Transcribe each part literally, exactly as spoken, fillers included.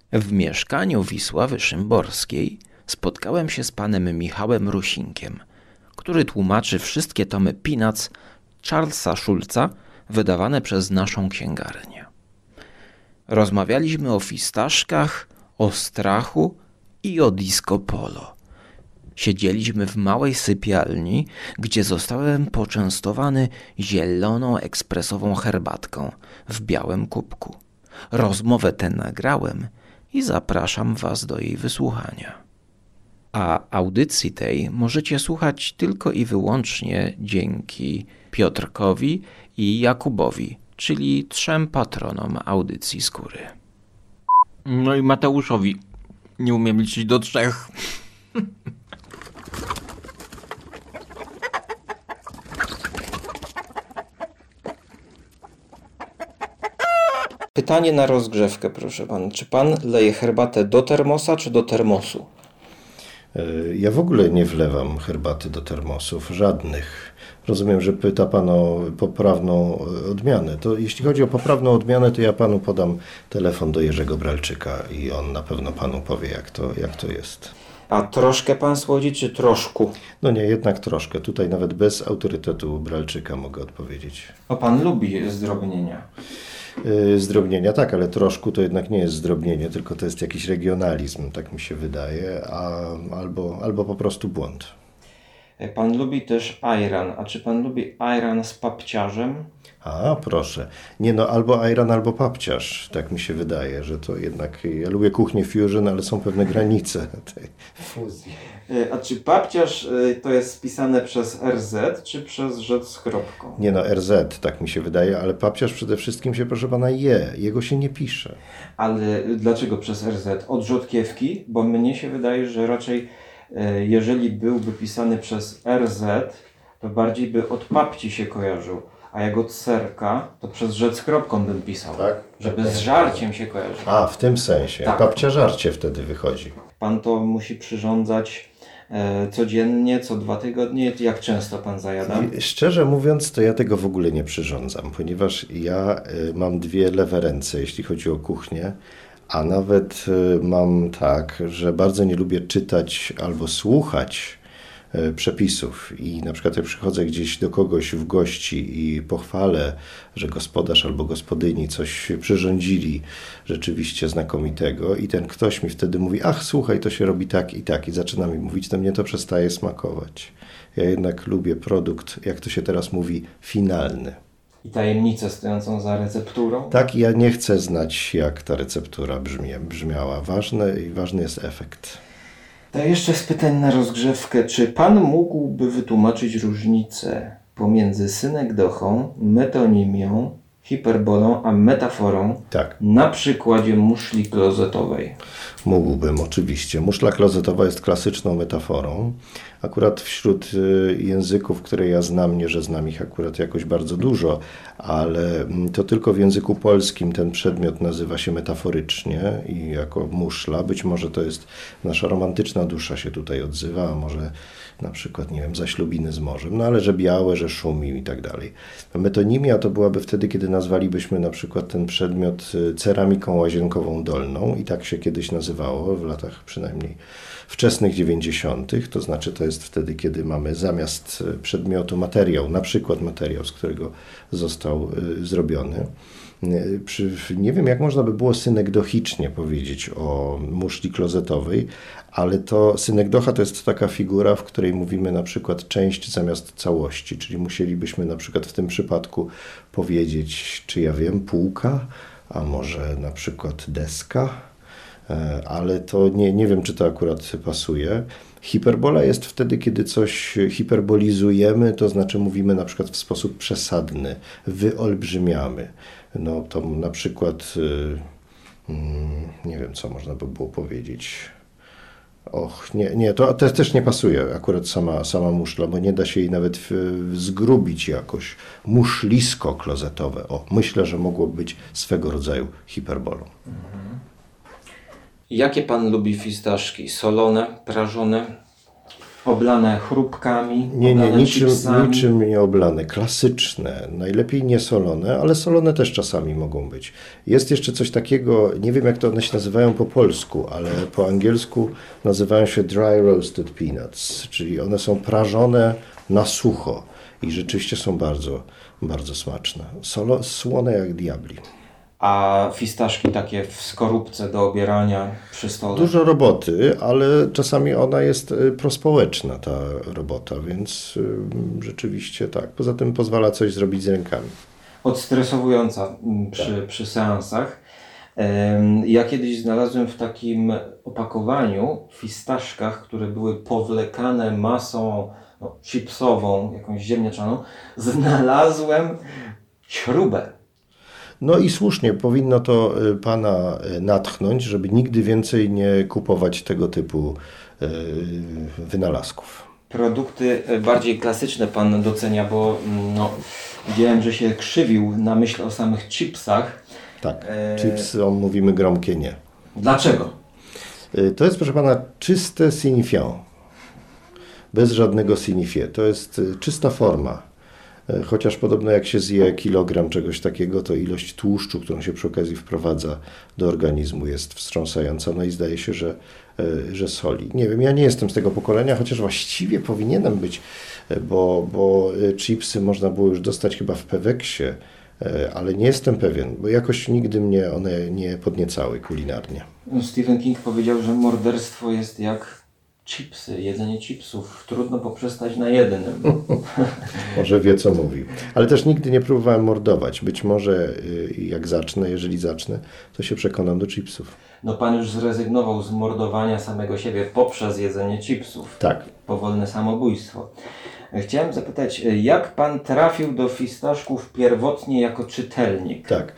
W mieszkaniu Wisławy Szymborskiej spotkałem się z panem Michałem Rusinkiem, który tłumaczy wszystkie tomy Peanuts Charlesa Schulza wydawane przez naszą księgarnię. Rozmawialiśmy o fistaszkach, o strachu i o disco polo. Siedzieliśmy w małej sypialni, gdzie zostałem poczęstowany zieloną ekspresową herbatką w białym kubku. Rozmowę tę nagrałem i zapraszam Was do jej wysłuchania. A audycji tej możecie słuchać tylko i wyłącznie dzięki Piotrkowi i Jakubowi, czyli trzem patronom audycji Skóry. No i Mateuszowi. Nie umiem liczyć do trzech. Pytanie na rozgrzewkę, proszę pana. Czy pan leje herbatę do termosa, czy do termosu? Ja w ogóle nie wlewam herbaty do termosów, żadnych. Rozumiem, że pyta pan o poprawną odmianę. To jeśli chodzi o poprawną odmianę, to ja panu podam telefon do Jerzego Bralczyka i on na pewno panu powie, jak to, jak to jest. A troszkę pan słodzi, czy troszku? No nie, jednak troszkę. Tutaj nawet bez autorytetu Bralczyka mogę odpowiedzieć. A pan lubi zdrobnienia? Yy, zdrobnienia, tak, ale troszku to jednak nie jest zdrobnienie, tylko to jest jakiś regionalizm, tak mi się wydaje, a, albo, albo po prostu błąd. Pan lubi też ajran. A czy pan lubi ajran z papciarzem? A, proszę. Nie no, albo ajran, albo papciarz. Tak mi się wydaje, że to jednak... Ja lubię kuchnię fusion, ale są pewne granice tej fuzji. A czy papciarz to jest spisane przez R Z, czy przez rzecz z kropką? Nie no, R Z, tak mi się wydaje, ale papciarz przede wszystkim się, proszę pana, je. Jego się nie pisze. Ale dlaczego przez R Z? Od rzodkiewki? Bo mnie się wydaje, że raczej jeżeli byłby pisany przez R Z, to bardziej by od papci się kojarzył. A jak od serka, to przez rzecz z kropką bym pisał. Tak? Żeby z żarciem się kojarzył. A, w tym sensie. Tak. Papcia żarcie wtedy wychodzi. Pan to musi przyrządzać e, codziennie, co dwa tygodnie. Jak często pan zajada? I szczerze mówiąc, to ja tego w ogóle nie przyrządzam, ponieważ ja y, mam dwie lewe ręce, jeśli chodzi o kuchnię. A nawet y, mam tak, że bardzo nie lubię czytać albo słuchać y, przepisów i na przykład jak przychodzę gdzieś do kogoś w gości i pochwalę, że gospodarz albo gospodyni coś przyrządzili rzeczywiście znakomitego i ten ktoś mi wtedy mówi, ach słuchaj, to się robi tak i tak i zaczyna mi mówić, to mnie to przestaje smakować. Ja jednak lubię produkt, jak to się teraz mówi, finalny. I tajemnicę stojącą za recepturą? Tak, ja nie chcę znać, jak ta receptura brzmie, brzmiała. Ważne i ważny jest efekt. To jeszcze z pytań na rozgrzewkę. Czy pan mógłby wytłumaczyć różnicę pomiędzy synekdochą, metonimią, hiperbolą, a metaforą Tak. na przykładzie muszli klozetowej? Mógłbym, oczywiście. Muszla klozetowa jest klasyczną metaforą. Akurat wśród języków, które ja znam, nie że znam ich akurat jakoś bardzo dużo, ale to tylko w języku polskim ten przedmiot nazywa się metaforycznie i jako muszla. Być może to jest nasza romantyczna dusza się tutaj odzywa, a może na przykład, nie wiem, zaślubiny z morzem, no ale że białe, że szumi i tak dalej. Metonimia to byłaby wtedy, kiedy nazwalibyśmy na przykład ten przedmiot ceramiką łazienkową dolną i tak się kiedyś nazywało w latach przynajmniej wczesnych dziewięćdziesiątych, to znaczy to jest wtedy, kiedy mamy zamiast przedmiotu materiał, na przykład materiał, z którego został y, zrobiony. Przy, nie wiem, jak można by było synekdochicznie powiedzieć o muszli klozetowej, ale to synekdocha to jest taka figura, w której mówimy na przykład część zamiast całości, czyli musielibyśmy na przykład w tym przypadku powiedzieć, czy ja wiem, półka, a może na przykład deska, ale to nie, nie wiem, czy to akurat pasuje. Hiperbola jest wtedy, kiedy coś hiperbolizujemy, to znaczy mówimy na przykład w sposób przesadny, wyolbrzymiamy. No to na przykład, nie wiem, co można by było powiedzieć. Och, nie, nie, to też, też nie pasuje akurat sama, sama muszla, bo nie da się jej nawet zgrubić jakoś. Muszlisko klozetowe. O, myślę, że mogło być swego rodzaju hiperbolą. Jakie pan lubi fistaszki? Solone, prażone? Oblane chrupkami, Nie, nie, oblane niczym, chipsami. niczym nie oblane. Klasyczne, najlepiej nie solone, ale solone też czasami mogą być. Jest jeszcze coś takiego, nie wiem jak to one się nazywają po polsku, ale po angielsku nazywają się dry roasted peanuts, czyli one są prażone na sucho i rzeczywiście są bardzo, bardzo smaczne. Solo, słone jak diabli. A fistaszki takie w skorupce do obierania przy stole. Dużo roboty, ale czasami ona jest y, prospołeczna, ta robota, więc y, rzeczywiście tak. Poza tym pozwala coś zrobić z rękami. Odstresowująca m, przy, Tak. przy seansach. Em, Ja kiedyś znalazłem w takim opakowaniu fistaszkach, które były powlekane masą no, chipsową, jakąś ziemniaczaną, znalazłem śrubę. No i słusznie, powinno to y, Pana y, natchnąć, żeby nigdy więcej nie kupować tego typu y, wynalazków. Produkty e, bardziej klasyczne pan docenia, bo mm, no, widziałem, że się krzywił na myśl o samych chipsach. Tak, E, chipsom mówimy gromkie nie. Dlaczego? Y, To jest, proszę Pana, czyste signifiant. Bez żadnego signifie. To jest y, czysta forma. Y, Chociaż podobno jak się zje kilogram czegoś takiego, to ilość tłuszczu, którą się przy okazji wprowadza do organizmu, jest wstrząsająca. No i zdaje się, że, y, że soli. Nie wiem, ja nie jestem z tego pokolenia, chociaż właściwie powinienem być, y, bo, bo y, chipsy można było już dostać chyba w Peweksie, y, ale nie jestem pewien, bo jakoś nigdy mnie one nie podniecały kulinarnie. Stephen King powiedział, że morderstwo jest jak chipsy, jedzenie chipsów. Trudno poprzestać na jednym. Może wie, co mówi. Ale też nigdy nie próbowałem mordować. Być może y, jak zacznę, jeżeli zacznę, to się przekonam do chipsów. No pan już zrezygnował z mordowania samego siebie poprzez jedzenie chipsów. Tak. Powolne samobójstwo. Chciałem zapytać, jak pan trafił do fistaszków pierwotnie jako czytelnik? Tak.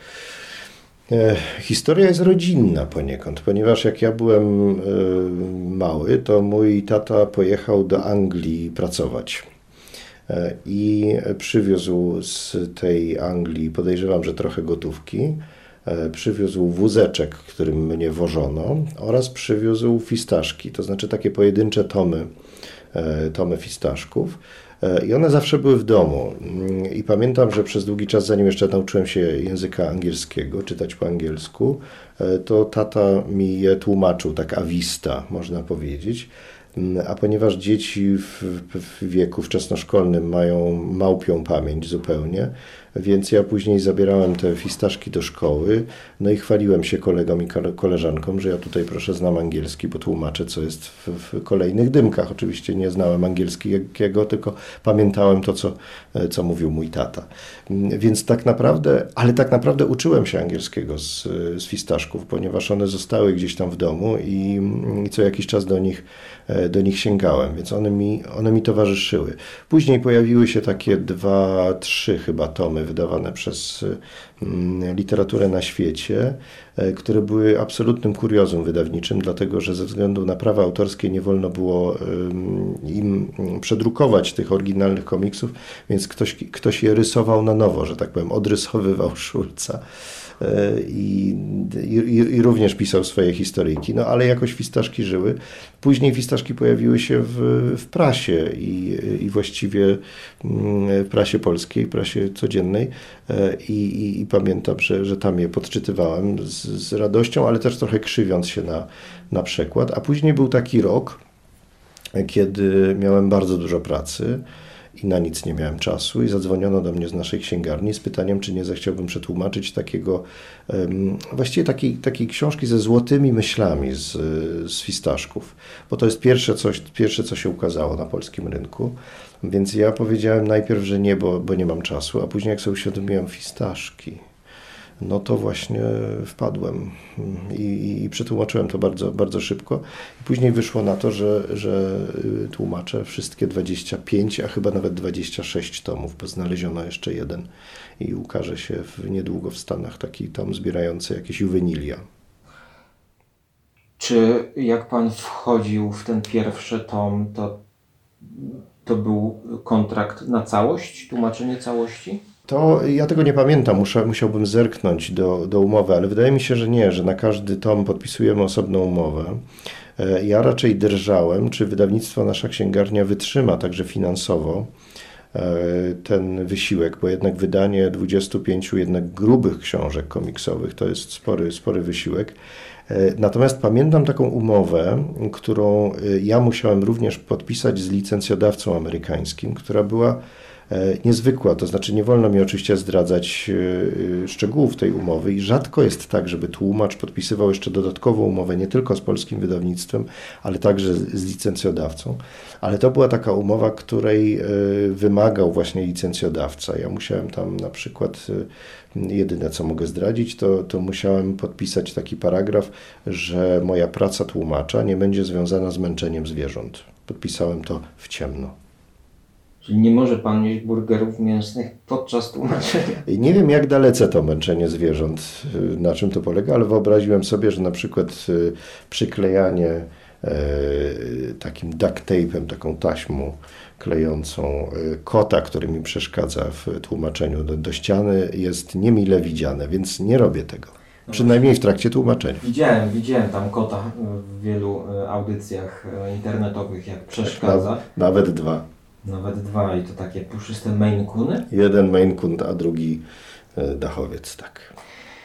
E, historia jest rodzinna poniekąd, ponieważ jak ja byłem e, mały, to mój tata pojechał do Anglii pracować. E, I przywiózł z tej Anglii, podejrzewam, że trochę gotówki, e, przywiózł wózeczek, którym mnie wożono, oraz przywiózł fistaszki, to znaczy takie pojedyncze tomy, e, tomy fistaszków. E, I one zawsze były w domu. Mm, I pamiętam, że przez długi czas, zanim jeszcze nauczyłem się języka angielskiego, czytać po angielsku, e, to tata mi je tłumaczył, tak a vista, można powiedzieć. Mm, A ponieważ dzieci w, w wieku wczesnoszkolnym mają małpią pamięć zupełnie, więc ja później zabierałem te fistaszki do szkoły, no i chwaliłem się kolegom i kole- koleżankom, że ja tutaj proszę znam angielski, bo tłumaczę, co jest w, w kolejnych dymkach. Oczywiście nie znałem angielskiego, tylko pamiętałem to, co, co mówił mój tata. Mm, Więc tak naprawdę, ale tak naprawdę uczyłem się angielskiego z, z fistaszków, ponieważ one zostały gdzieś tam w domu i, i co jakiś czas do nich, do nich sięgałem, więc one mi, one mi towarzyszyły. Później pojawiły się takie dwa, trzy chyba tomy wydawane przez mm, literaturę na świecie, e, które były absolutnym kuriozum wydawniczym, dlatego że ze względu na prawa autorskie nie wolno było em, im przedrukować tych oryginalnych komiksów, więc ktoś, ktoś je rysował na nowo, że tak powiem, odrysowywał Szulca. E, I, i, I również pisał swoje historyjki, no ale jakoś fistaszki żyły. Później fistaszki pojawiły się w, w prasie i, i właściwie mm, w prasie polskiej, prasie codziennej e, i, i, i pamiętam, że, że tam je podczytywałem z, z radością, ale też trochę krzywiąc się na, na przekład. A później był taki rok, kiedy miałem bardzo dużo pracy i na nic nie miałem czasu i zadzwoniono do mnie z naszej księgarni z pytaniem, czy nie zechciałbym przetłumaczyć takiego, um, właściwie takiej, takiej książki ze złotymi myślami z, z fistaszków, bo to jest pierwsze, coś, pierwsze, co się ukazało na polskim rynku, więc ja powiedziałem najpierw, że nie, bo, bo nie mam czasu, a później jak sobie uświadomiłem fistaszki, no to właśnie wpadłem i, i, i przetłumaczyłem to bardzo, bardzo szybko. I później wyszło na to, że, że tłumaczę wszystkie dwadzieścia pięć, a chyba nawet dwadzieścia sześć tomów, bo znaleziono jeszcze jeden i ukaże się w, niedługo w Stanach taki tom zbierający jakieś juwenilia. Czy jak pan wchodził w ten pierwszy tom, to, to był kontrakt na całość, tłumaczenie całości? To ja tego nie pamiętam, muszę, musiałbym zerknąć do, do umowy, ale wydaje mi się, że nie, że na każdy tom podpisujemy osobną umowę. Ja raczej drżałem, czy wydawnictwo Nasza Księgarnia wytrzyma także finansowo ten wysiłek, bo jednak wydanie dwudziestu pięciu jednak grubych książek komiksowych to jest spory, spory wysiłek. Natomiast pamiętam taką umowę, którą ja musiałem również podpisać z licencjodawcą amerykańskim, która była niezwykła, to znaczy nie wolno mi oczywiście zdradzać szczegółów tej umowy i rzadko jest tak, żeby tłumacz podpisywał jeszcze dodatkową umowę nie tylko z polskim wydawnictwem, ale także z licencjodawcą. Ale to była taka umowa, której wymagał właśnie licencjodawca. Ja musiałem tam na przykład, jedyne co mogę zdradzić, to, to musiałem podpisać taki paragraf, że moja praca tłumacza nie będzie związana z męczeniem zwierząt. Podpisałem to w ciemno. Czyli nie może pan jeść burgerów mięsnych podczas tłumaczenia? Nie wiem, jak dalece to męczenie zwierząt, na czym to polega, ale wyobraziłem sobie, że na przykład przyklejanie takim duct tape'em, taką taśmą klejącą kota, który mi przeszkadza w tłumaczeniu do, do ściany, jest niemile widziane, więc nie robię tego. Przynajmniej w trakcie tłumaczenia. Widziałem, widziałem tam kota w wielu audycjach internetowych, jak przeszkadza. Nawet dwa. Nawet dwa i to takie puszyste Maine Coony? Jeden Maine Coon, a drugi dachowiec, tak.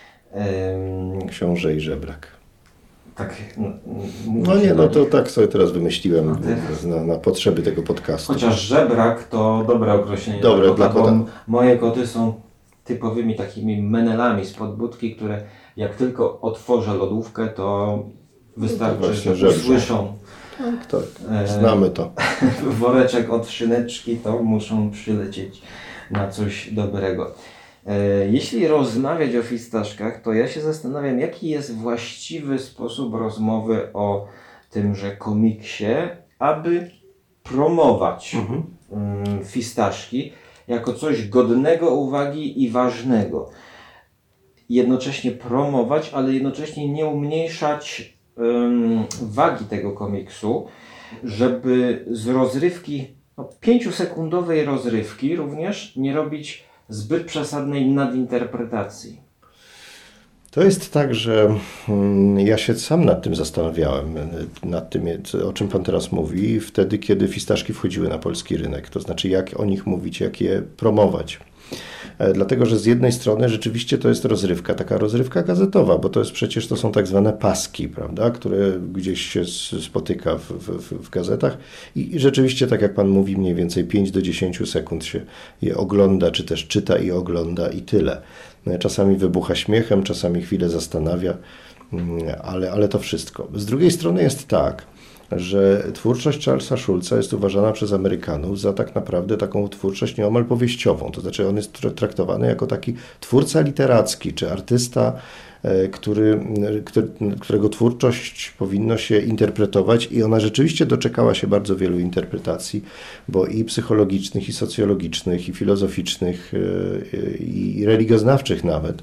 Ym... Książę i żebrak. Tak. No nie, no to tak sobie teraz wymyśliłem na, na potrzeby tego podcastu. Chociaż żebrak to dobre określenie. Dobre dla kota. Bo moje koty są typowymi takimi menelami spod budki, które jak tylko otworzę lodówkę, to wystarczy, no że usłyszą. Tak, tak. Znamy to. Woreczek od szyneczki, to muszą przylecieć na coś dobrego. Jeśli rozmawiać o fistaszkach, to ja się zastanawiam, jaki jest właściwy sposób rozmowy o tymże komiksie, aby promować mhm. fistaszki jako coś godnego uwagi i ważnego. Jednocześnie promować, ale jednocześnie nie umniejszać um, wagi tego komiksu, żeby z rozrywki, no, pięciosekundowej rozrywki również nie robić zbyt przesadnej nadinterpretacji. To jest tak, że ja się sam nad tym zastanawiałem, nad tym, o czym Pan teraz mówi, wtedy, kiedy fistaszki wchodziły na polski rynek. To znaczy, jak o nich mówić, jak je promować. Dlatego, że z jednej strony rzeczywiście to jest rozrywka, taka rozrywka gazetowa, bo to jest przecież to są tak zwane paski, prawda, które gdzieś się spotyka w, w, w gazetach i rzeczywiście, tak jak Pan mówi, mniej więcej pięć do dziesięciu sekund się je ogląda, czy też czyta i ogląda i tyle. Czasami wybucha śmiechem, czasami chwilę zastanawia, ale, ale to wszystko. Z drugiej strony jest tak, że twórczość Charlesa Schulza jest uważana przez Amerykanów za tak naprawdę taką twórczość nieomal powieściową. To znaczy on jest traktowany jako taki twórca literacki, czy artysta, który, który, którego twórczość powinno się interpretować i ona rzeczywiście doczekała się bardzo wielu interpretacji, bo i psychologicznych, i socjologicznych, i filozoficznych, i religioznawczych nawet.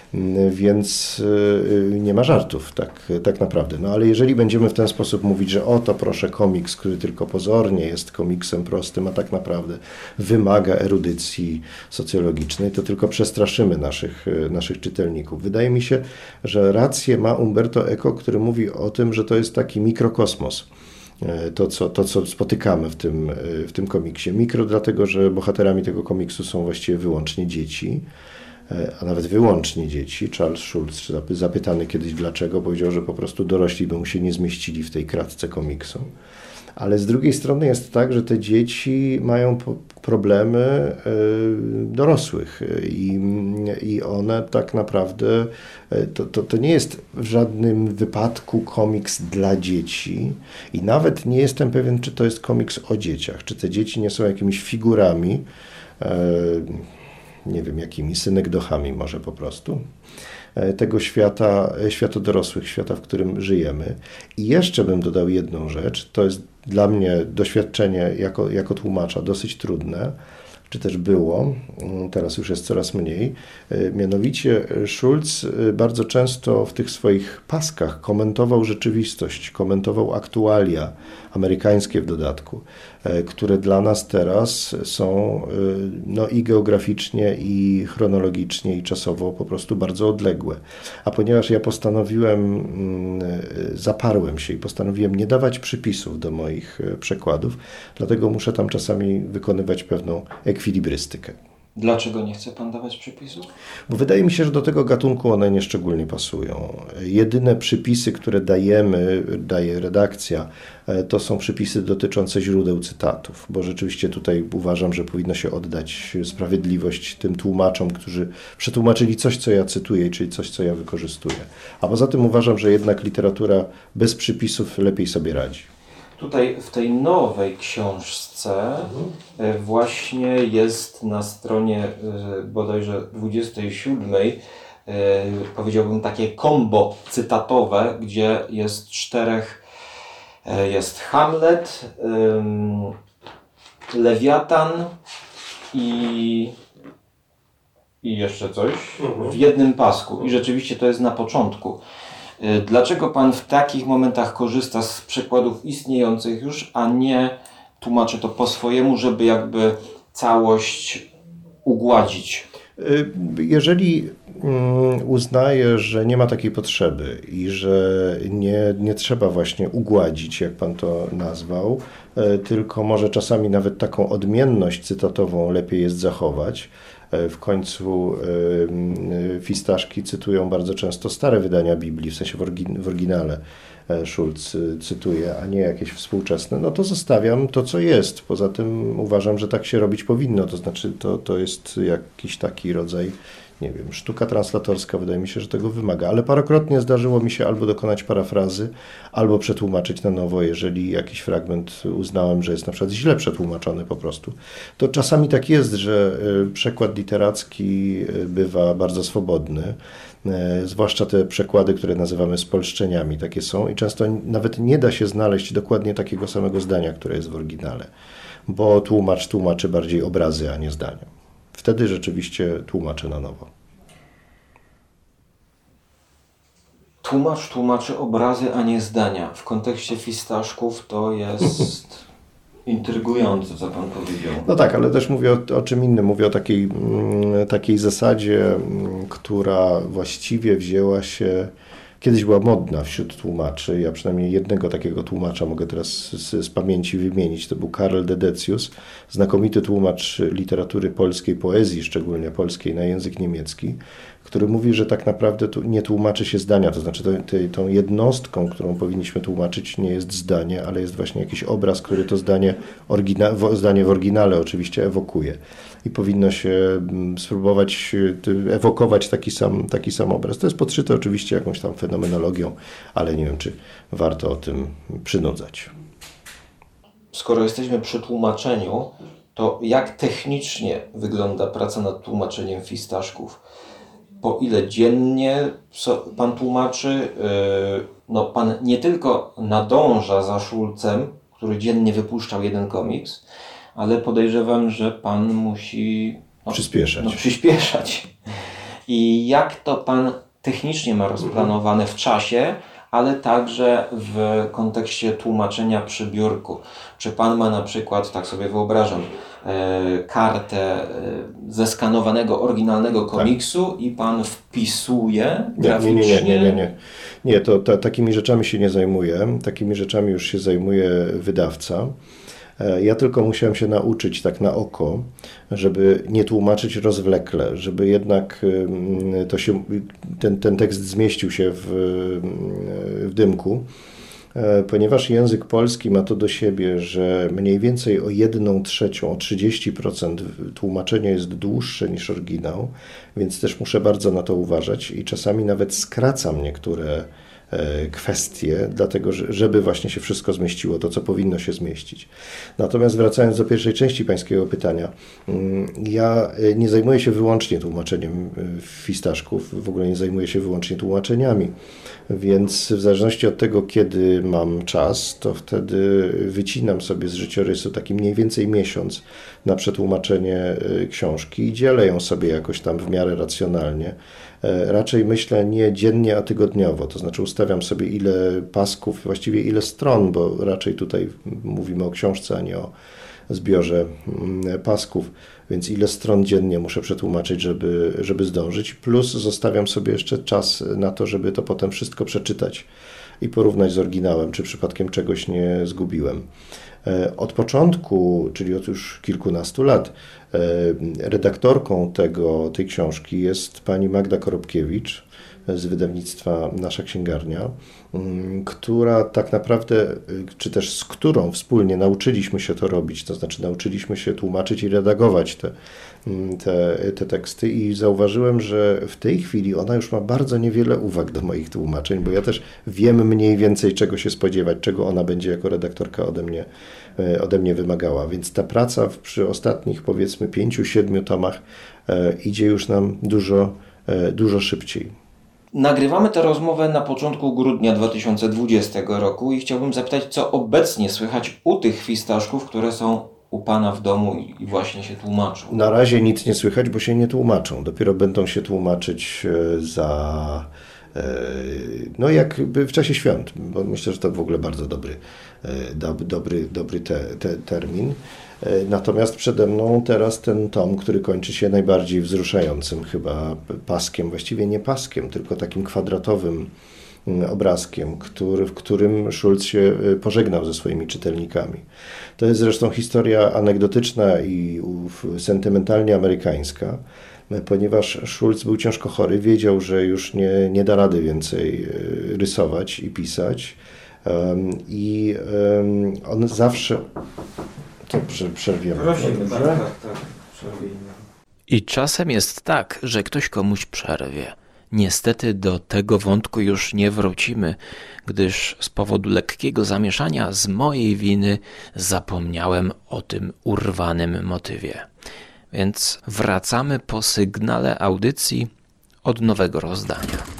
Więc nie ma żartów, tak, tak naprawdę. No ale jeżeli będziemy w ten sposób mówić, że oto proszę komiks, który tylko pozornie jest komiksem prostym, a tak naprawdę wymaga erudycji socjologicznej, to tylko przestraszymy naszych, naszych czytelników. Wydaje mi się, że rację ma Umberto Eco, który mówi o tym, że to jest taki mikrokosmos. To co, to, co spotykamy w tym, w tym komiksie. Mikro dlatego, że bohaterami tego komiksu są właściwie wyłącznie dzieci, a nawet wyłącznie dzieci. Charles Schulz, zapytany kiedyś dlaczego, powiedział, że po prostu dorośli by mu się nie zmieścili w tej kratce komiksu. Ale z drugiej strony jest tak, że te dzieci mają problemy dorosłych i, i one tak naprawdę, to, to, to nie jest w żadnym wypadku komiks dla dzieci i nawet nie jestem pewien, czy to jest komiks o dzieciach, czy te dzieci nie są jakimiś figurami, nie wiem jakimi, synekdochami może po prostu, tego świata, świata dorosłych, świata, w którym żyjemy. I jeszcze bym dodał jedną rzecz, to jest dla mnie doświadczenie jako, jako tłumacza dosyć trudne, czy też było, teraz już jest coraz mniej. Mianowicie Schulz bardzo często w tych swoich paskach komentował rzeczywistość, komentował aktualia, amerykańskie w dodatku, które dla nas teraz są no, i geograficznie, i chronologicznie, i czasowo po prostu bardzo odległe. A ponieważ ja postanowiłem, zaparłem się i postanowiłem nie dawać przypisów do moich przekładów, dlatego muszę tam czasami wykonywać pewną ekwilibrystykę. Dlaczego nie chce pan dawać przypisów? Bo wydaje mi się, że do tego gatunku one nieszczególnie pasują. Jedyne przypisy, które dajemy, daje redakcja, to są przypisy dotyczące źródeł cytatów, bo rzeczywiście tutaj uważam, że powinno się oddać sprawiedliwość tym tłumaczom, którzy przetłumaczyli coś, co ja cytuję, czyli coś, co ja wykorzystuję. A poza tym uważam, że jednak literatura bez przypisów lepiej sobie radzi. Tutaj w tej nowej książce mhm. właśnie jest na stronie bodajże dwudziestej siódmej, powiedziałbym takie kombo cytatowe, gdzie jest czterech, jest Hamlet, Lewiatan i, i jeszcze coś mhm. w jednym pasku. I rzeczywiście to jest na początku. Dlaczego pan w takich momentach korzysta z przekładów istniejących już, a nie tłumaczy to po swojemu, żeby jakby całość ugładzić? Jeżeli uznaję, że nie ma takiej potrzeby i że nie, nie trzeba właśnie ugładzić, jak pan to nazwał, tylko może czasami nawet taką odmienność cytatową lepiej jest zachować. W końcu fistaszki cytują bardzo często stare wydania Biblii, w sensie w, orygin- w oryginale Schulz cytuje, a nie jakieś współczesne, no to zostawiam to, co jest. Poza tym uważam, że tak się robić powinno, to znaczy to, to jest jakiś taki rodzaj, nie wiem, sztuka translatorska, wydaje mi się, że tego wymaga, ale parokrotnie zdarzyło mi się albo dokonać parafrazy, albo przetłumaczyć na nowo, jeżeli jakiś fragment uznałem, że jest na przykład źle przetłumaczony po prostu. To czasami tak jest, że przekład literacki bywa bardzo swobodny, zwłaszcza te przekłady, które nazywamy spolszczeniami, takie są i często nawet nie da się znaleźć dokładnie takiego samego zdania, które jest w oryginale, bo tłumacz tłumaczy bardziej obrazy, a nie zdania. Wtedy rzeczywiście tłumaczę na nowo. Tłumacz tłumaczy obrazy, a nie zdania. W kontekście fistaszków to jest intrygujące, co pan powiedział. No tak, ale też mówię o, o czym innym. Mówię o takiej, takiej zasadzie, która właściwie wzięła się, kiedyś była modna wśród tłumaczy. Ja przynajmniej jednego takiego tłumacza mogę teraz z, z pamięci wymienić. To był Karel Dedecius, znakomity tłumacz literatury polskiej, poezji szczególnie polskiej na język niemiecki, który mówi, że tak naprawdę tu nie tłumaczy się zdania, to znaczy to, to, tą jednostką, którą powinniśmy tłumaczyć, nie jest zdanie, ale jest właśnie jakiś obraz, który to zdanie, orygina- zdanie w oryginale oczywiście ewokuje. I powinno się spróbować ewokować taki sam, taki sam obraz. To jest podszyte oczywiście jakąś tam fenomenologią, ale nie wiem, czy warto o tym przynudzać. Skoro jesteśmy przy tłumaczeniu, to jak technicznie wygląda praca nad tłumaczeniem fistaszków? Po ile dziennie pan tłumaczy? No, pan nie tylko nadąża za Schulzem, który dziennie wypuszczał jeden komiks, ale podejrzewam, że pan musi no, przyspieszać. No, przyspieszać. I jak to pan technicznie ma rozplanowane w czasie, ale także w kontekście tłumaczenia przy biurku? Czy pan ma na przykład, tak sobie wyobrażam, e, kartę e, zeskanowanego, oryginalnego komiksu tak. i pan wpisuje graficznie? Nie, nie, nie, nie, nie. Nie, to ta, takimi rzeczami się nie zajmuję. Takimi rzeczami już się zajmuje wydawca. Ja tylko musiałem się nauczyć tak na oko, żeby nie tłumaczyć rozwlekle, żeby jednak to się, ten, ten tekst zmieścił się w, w dymku, ponieważ język polski ma to do siebie, że mniej więcej o jedną trzecią, o trzydzieści procent tłumaczenia jest dłuższe niż oryginał, więc też muszę bardzo na to uważać i czasami nawet skracam niektóre kwestie, dlatego żeby właśnie się wszystko zmieściło, to co powinno się zmieścić. Natomiast wracając do pierwszej części pańskiego pytania, ja nie zajmuję się wyłącznie tłumaczeniem fistaszków, w ogóle nie zajmuję się wyłącznie tłumaczeniami, więc w zależności od tego, kiedy mam czas, to wtedy wycinam sobie z życiorysu taki mniej więcej miesiąc na przetłumaczenie książki i dzielę ją sobie jakoś tam w miarę racjonalnie. Raczej myślę nie dziennie, a tygodniowo, to znaczy ustawiam sobie ile pasków, właściwie ile stron, bo raczej tutaj mówimy o książce, a nie o zbiorze pasków, więc ile stron dziennie muszę przetłumaczyć, żeby, żeby zdążyć, plus zostawiam sobie jeszcze czas na to, żeby to potem wszystko przeczytać i porównać z oryginałem, czy przypadkiem czegoś nie zgubiłem. Od początku, czyli od już kilkunastu lat, redaktorką tego, tej książki jest pani Magda Korobkiewicz z wydawnictwa Nasza Księgarnia, która tak naprawdę, czy też z którą wspólnie nauczyliśmy się to robić, to znaczy nauczyliśmy się tłumaczyć i redagować te, te, te teksty i zauważyłem, że w tej chwili ona już ma bardzo niewiele uwag do moich tłumaczeń, bo ja też wiem mniej więcej czego się spodziewać, czego ona będzie jako redaktorka ode mnie, ode mnie wymagała, więc ta praca przy ostatnich powiedzmy pięciu, siedmiu tomach idzie już nam dużo, dużo szybciej. Nagrywamy tę rozmowę na początku grudnia dwa tysiące dwudziestego roku i chciałbym zapytać, co obecnie słychać u tych fistaszków, które są u Pana w domu i właśnie się tłumaczą. Na razie nic nie słychać, bo się nie tłumaczą. Dopiero będą się tłumaczyć za... no jakby w czasie świąt, bo myślę, że to w ogóle bardzo dobry, dobry, dobry te, te termin. Natomiast przede mną teraz ten tom, który kończy się najbardziej wzruszającym chyba paskiem, właściwie nie paskiem, tylko takim kwadratowym obrazkiem, który, w którym Schulz się pożegnał ze swoimi czytelnikami. To jest zresztą historia anegdotyczna i sentymentalnie amerykańska, ponieważ Schulz był ciężko chory, wiedział, że już nie, nie da rady więcej rysować i pisać i on zawsze... To przerwiemy. Prosimy, tak, tak, tak, przerwijmy. I czasem jest tak, że ktoś komuś przerwie. Niestety do tego wątku już nie wrócimy, gdyż z powodu lekkiego zamieszania z mojej winy zapomniałem o tym urwanym motywie. Więc wracamy po sygnale audycji od nowego rozdania.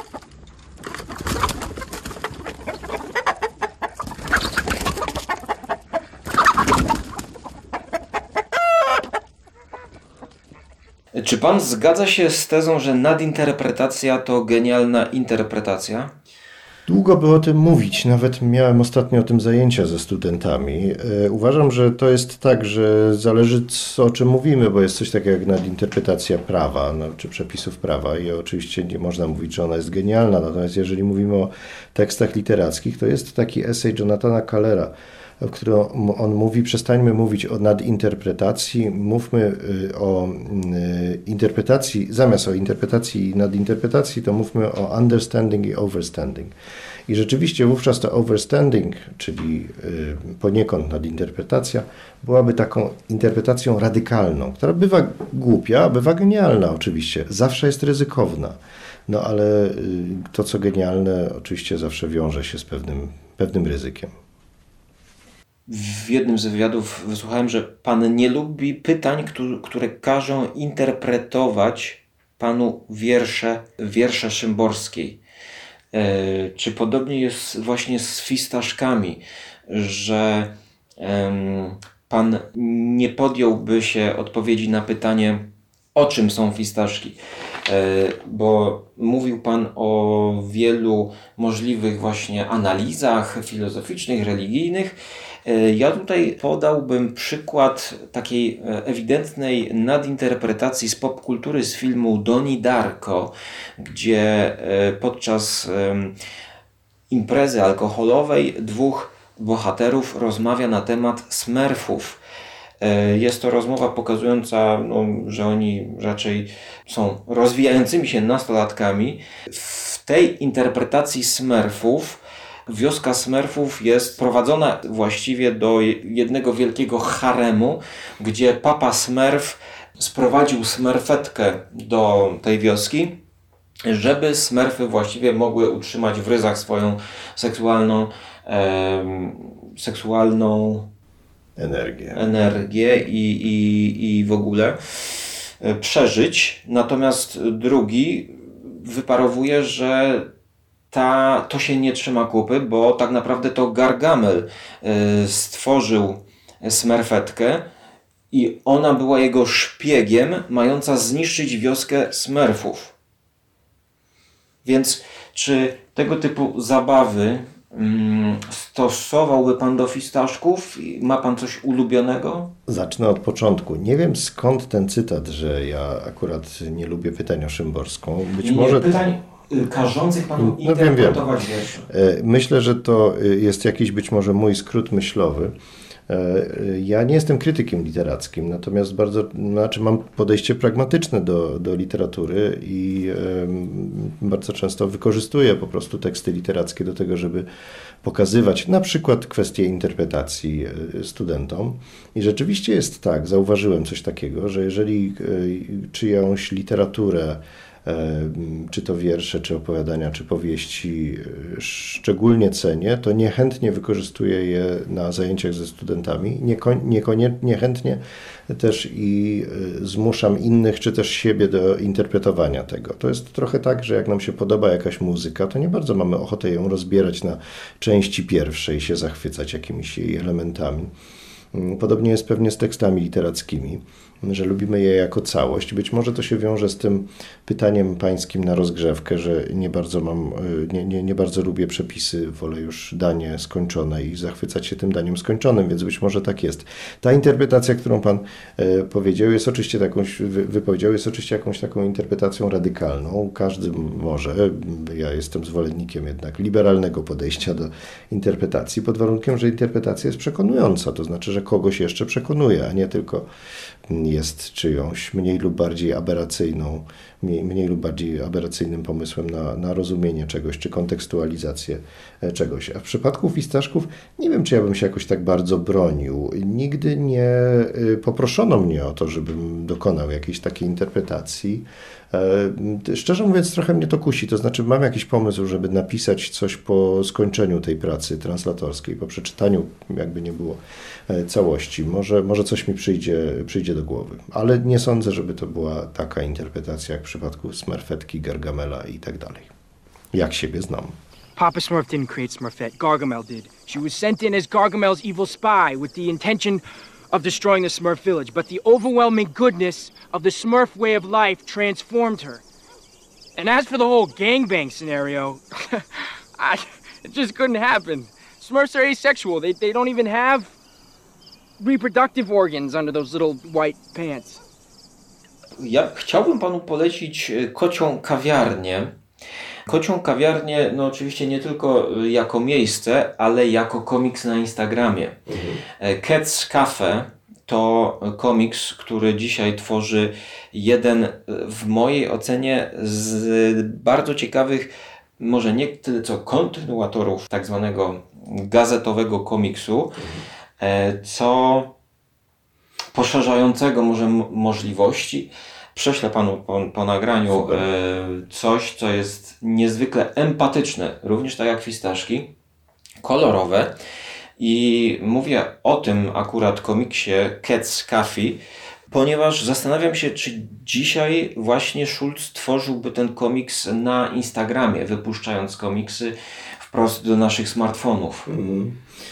Czy Pan zgadza się z tezą, że nadinterpretacja to genialna interpretacja? Długo by o tym mówić, nawet miałem ostatnio o tym zajęcia ze studentami. Uważam, że to jest tak, że zależy o czym mówimy, bo jest coś takiego jak nadinterpretacja prawa, no, czy przepisów prawa i oczywiście nie można mówić, że ona jest genialna, natomiast jeżeli mówimy o tekstach literackich, to jest taki esej Jonathana Kallera, w którym on mówi, przestańmy mówić o nadinterpretacji, mówmy o interpretacji, zamiast o interpretacji i nadinterpretacji, to mówmy o understanding i overstanding. I rzeczywiście wówczas to overstanding, czyli poniekąd nadinterpretacja, byłaby taką interpretacją radykalną, która bywa głupia, bywa genialna oczywiście, zawsze jest ryzykowna, no ale to co genialne oczywiście zawsze wiąże się z pewnym, pewnym ryzykiem. W jednym z wywiadów wysłuchałem, że Pan nie lubi pytań, które każą interpretować Panu wiersze, wiersze Szymborskiej. E, czy podobnie jest właśnie z fistaszkami, że e, Pan nie podjąłby się odpowiedzi na pytanie, o czym są fistaszki? E, bo mówił Pan o wielu możliwych właśnie analizach filozoficznych, religijnych. Ja tutaj podałbym przykład takiej ewidentnej nadinterpretacji z popkultury z filmu Donnie Darko, gdzie podczas imprezy alkoholowej dwóch bohaterów rozmawia na temat smurfów. Jest to rozmowa pokazująca, no, że oni raczej są rozwijającymi się nastolatkami. W tej interpretacji smurfów wioska smurfów jest prowadzona właściwie do jednego wielkiego haremu, gdzie papa smurf sprowadził smurfetkę do tej wioski żeby smerfy właściwie mogły utrzymać w ryzach swoją seksualną, e, seksualną energię, energię i, i, i w ogóle e, przeżyć. Natomiast drugi wyparowuje, że ta, to się nie trzyma kupy, bo tak naprawdę to Gargamel e, stworzył smerfetkę i ona była jego szpiegiem, mająca zniszczyć wioskę smerfów. Więc czy tego typu zabawy mm, stosowałby pan do fistaszków? Ma pan coś ulubionego? Zacznę od początku. Nie wiem skąd ten cytat, że ja akurat nie lubię pytań o Szymborską. Być nie, może... pytań każących panu no, interpretować wiersze. Myślę, że to jest jakiś być może mój skrót myślowy. Ja nie jestem krytykiem literackim, natomiast bardzo, znaczy mam podejście pragmatyczne do, do literatury i um, bardzo często wykorzystuję po prostu teksty literackie do tego, żeby pokazywać na przykład kwestie interpretacji studentom. I rzeczywiście jest tak, zauważyłem coś takiego, że jeżeli czyjąś literaturę, czy to wiersze, czy opowiadania, czy powieści szczególnie cenię, to niechętnie wykorzystuję je na zajęciach ze studentami. Niechętnie też i zmuszam innych, czy też siebie do interpretowania tego. To jest trochę tak, że jak nam się podoba jakaś muzyka, to nie bardzo mamy ochotę ją rozbierać na części pierwsze i się zachwycać jakimiś jej elementami. Podobnie jest pewnie z tekstami literackimi, że lubimy je jako całość. Być może to się wiąże z tym pytaniem pańskim na rozgrzewkę, że nie bardzo mam, nie, nie, nie bardzo lubię przepisy, wolę już danie skończone i zachwycać się tym daniem skończonym, więc być może tak jest. Ta interpretacja, którą pan e, powiedział, jest oczywiście taką, wy, wypowiedział, jest oczywiście jakąś taką interpretacją radykalną. Każdy może, ja jestem zwolennikiem jednak liberalnego podejścia do interpretacji, pod warunkiem, że interpretacja jest przekonująca, to znaczy, że kogoś jeszcze przekonuje, a nie tylko jest czyjąś mniej lub bardziej aberracyjną, mniej, mniej lub bardziej aberracyjnym pomysłem na, na rozumienie czegoś, czy kontekstualizację czegoś. A w przypadku fistaszków nie wiem, czy ja bym się jakoś tak bardzo bronił. Nigdy nie poproszono mnie o to, żebym dokonał jakiejś takiej interpretacji. Szczerze mówiąc, trochę mnie to kusi. To znaczy mam jakiś pomysł, żeby napisać coś po skończeniu tej pracy translatorskiej, po przeczytaniu, jakby nie było, całości. Może, może coś mi przyjdzie, przyjdzie do głowy. Ale nie sądzę, żeby to była taka interpretacja jak w przypadku Smerfetki, Gargamela i tak dalej. Jak siebie znam. Papa Smurf didn't create Smurfette. Gargamel did. She was sent in as Gargamel's evil spy with the intention of destroying the Smurf village, but the overwhelming goodness of the Smurf way of life transformed her. And as for the whole gangbang scenario, I, it just couldn't happen. Smurfs are asexual. They, they don't even have reproductive organs under those little white pants. Ja chciałbym panu polecić Kocią Kawiarnię. Kocią Kawiarnię, no oczywiście nie tylko jako miejsce, ale jako komiks na Instagramie. Mhm. Cat's Cafe to komiks, który dzisiaj tworzy jeden w mojej ocenie z bardzo ciekawych, może nie tyle co kontynuatorów tak zwanego gazetowego komiksu, mhm. co poszerzającego może m- możliwości. Prześlę panu po, po nagraniu e, coś, co jest niezwykle empatyczne, również tak jak fistaszki, kolorowe. I mówię o tym akurat komiksie Cat's Cafe, ponieważ zastanawiam się, czy dzisiaj właśnie Schulz tworzyłby ten komiks na Instagramie, wypuszczając komiksy wprost do naszych smartfonów. Mm.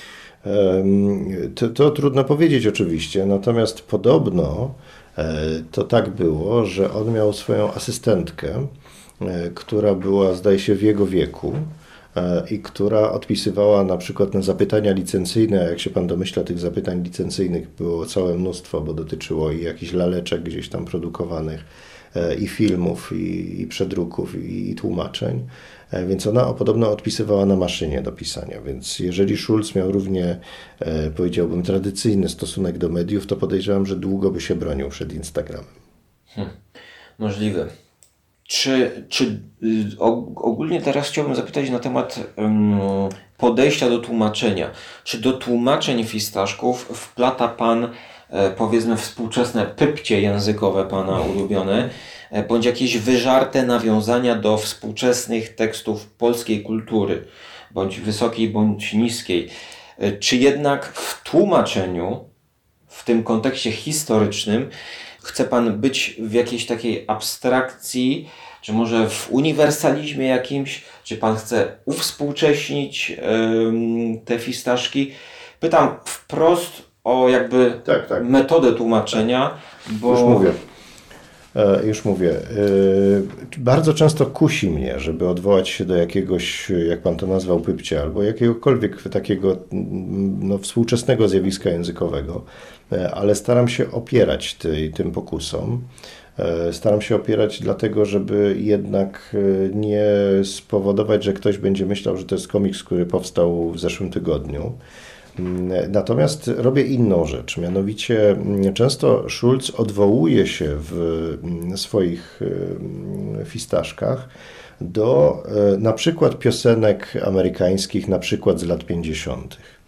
To, to trudno powiedzieć oczywiście, natomiast podobno to tak było, że on miał swoją asystentkę, która była, zdaje się, w jego wieku i która odpisywała na przykład na zapytania licencyjne. Jak się pan domyśla, tych zapytań licencyjnych było całe mnóstwo, bo dotyczyło i jakichś laleczek gdzieś tam produkowanych, i filmów, i, i przedruków, i, i tłumaczeń. Więc ona podobno odpisywała na maszynie do pisania. Więc jeżeli Schulz miał równie, e, powiedziałbym, tradycyjny stosunek do mediów, to podejrzewam, że długo by się bronił przed Instagramem. Hmm, możliwe. Czy, czy ogólnie teraz chciałbym zapytać na temat um, podejścia do tłumaczenia. Czy do tłumaczeń fistaszków wplata pan, e, powiedzmy, współczesne pypcie językowe pana ulubione, bądź jakieś wyżarte nawiązania do współczesnych tekstów polskiej kultury, bądź wysokiej, bądź niskiej. Czy jednak w tłumaczeniu, w tym kontekście historycznym, chce Pan być w jakiejś takiej abstrakcji, czy może w uniwersalizmie jakimś, czy Pan chce uwspółcześnić yy, te fistaszki? Pytam wprost o jakby tak, tak. metodę tłumaczenia, bo... Już mówię. E, już mówię. E, bardzo często kusi mnie, żeby odwołać się do jakiegoś, jak Pan to nazwał, pypcia, albo jakiegokolwiek takiego no, współczesnego zjawiska językowego, e, ale staram się opierać tej, tym pokusom. E, staram się opierać dlatego, żeby jednak nie spowodować, że ktoś będzie myślał, że to jest komiks, który powstał w zeszłym tygodniu. Natomiast robię inną rzecz, mianowicie często Schulz odwołuje się w swoich fistaszkach do na przykład piosenek amerykańskich, na przykład z lat pięćdziesiątych.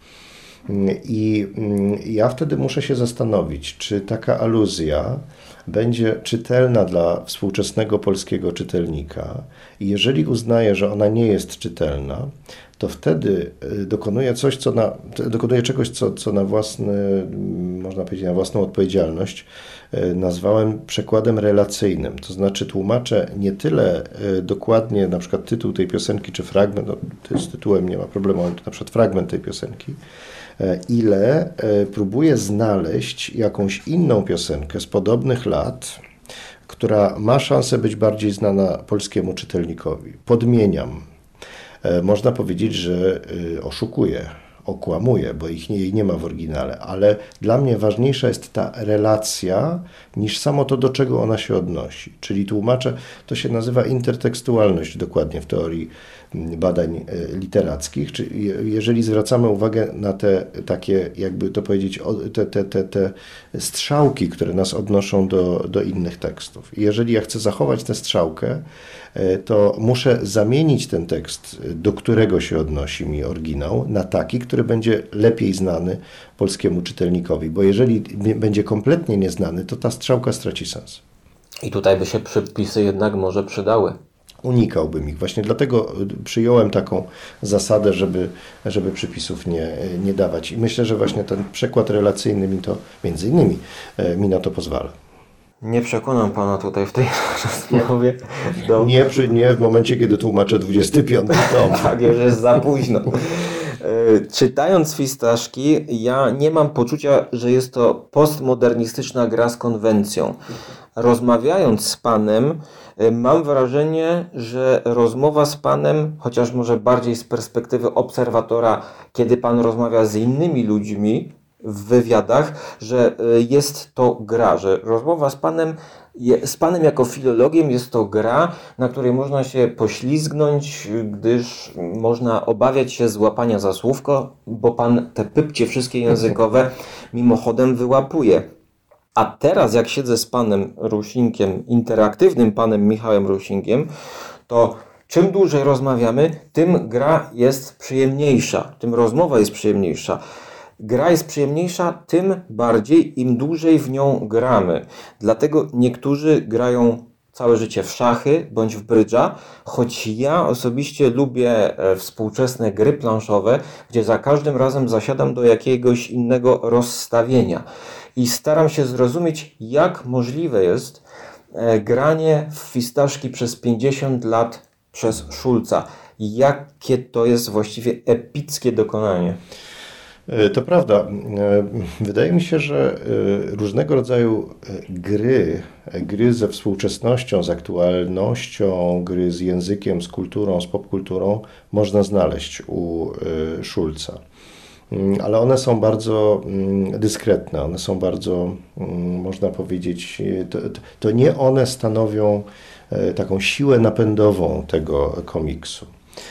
I ja wtedy muszę się zastanowić, czy taka aluzja będzie czytelna dla współczesnego polskiego czytelnika i jeżeli uznaję, że ona nie jest czytelna, to wtedy dokonuję coś, co na, dokonuję czegoś, co, co na własny, można powiedzieć, na własną odpowiedzialność nazwałem przekładem relacyjnym. To znaczy tłumaczę nie tyle dokładnie na przykład tytuł tej piosenki czy fragment, no, z tytułem nie ma problemu, ale na przykład fragment tej piosenki, ile próbuję znaleźć jakąś inną piosenkę z podobnych lat, która ma szansę być bardziej znana polskiemu czytelnikowi. Podmieniam. Można powiedzieć, że oszukuję, okłamuję, bo ich nie, jej nie ma w oryginale, ale dla mnie ważniejsza jest ta relacja niż samo to, do czego ona się odnosi. Czyli tłumaczę, to się nazywa intertekstualność dokładnie w teorii badań literackich. Czyli jeżeli zwracamy uwagę na te takie, jakby to powiedzieć, te, te, te, te strzałki, które nas odnoszą do, do innych tekstów. I jeżeli ja chcę zachować tę strzałkę, to muszę zamienić ten tekst, do którego się odnosi mi oryginał, na taki, który będzie lepiej znany polskiemu czytelnikowi. Bo jeżeli będzie kompletnie nieznany, to ta strzałka straci sens. I tutaj by się przypisy jednak może przydały. Unikałbym ich. Właśnie dlatego przyjąłem taką zasadę, żeby, żeby przypisów nie, nie dawać. I myślę, że właśnie ten przekład relacyjny mi to, między innymi, mi na to pozwala. Nie przekonam Pana tutaj w tej rozmowie. Do... Nie, przy, nie w momencie, kiedy tłumaczę dwudziesty piąty tom. Tak, już jest za późno. Czytając fistaszki, ja nie mam poczucia, że jest to postmodernistyczna gra z konwencją. Rozmawiając z Panem, mam wrażenie, że rozmowa z Panem, chociaż może bardziej z perspektywy obserwatora, kiedy Pan rozmawia z innymi ludźmi w wywiadach, że jest to gra, że rozmowa z Panem, z Panem jako filologiem jest to gra, na której można się poślizgnąć, gdyż można obawiać się złapania za słówko, bo Pan te pypcie wszystkie językowe mimochodem wyłapuje. A teraz jak siedzę z Panem Rusinkiem, interaktywnym Panem Michałem Rusingiem, to czym dłużej rozmawiamy, tym gra jest przyjemniejsza, tym rozmowa jest przyjemniejsza. Gra jest przyjemniejsza, tym bardziej im dłużej w nią gramy. Dlatego niektórzy grają całe życie w szachy bądź w brydża, choć ja osobiście lubię współczesne gry planszowe, gdzie za każdym razem zasiadam do jakiegoś innego rozstawienia. I staram się zrozumieć, jak możliwe jest granie w fistaszki przez pięćdziesiąt lat przez Schulza. Jakie to jest właściwie epickie dokonanie. To prawda. Wydaje mi się, że różnego rodzaju gry, gry ze współczesnością, z aktualnością, gry z językiem, z kulturą, z popkulturą można znaleźć u Schulza. Ale one są bardzo dyskretne, one są bardzo, można powiedzieć, to, to nie one stanowią taką siłę napędową tego komiksu.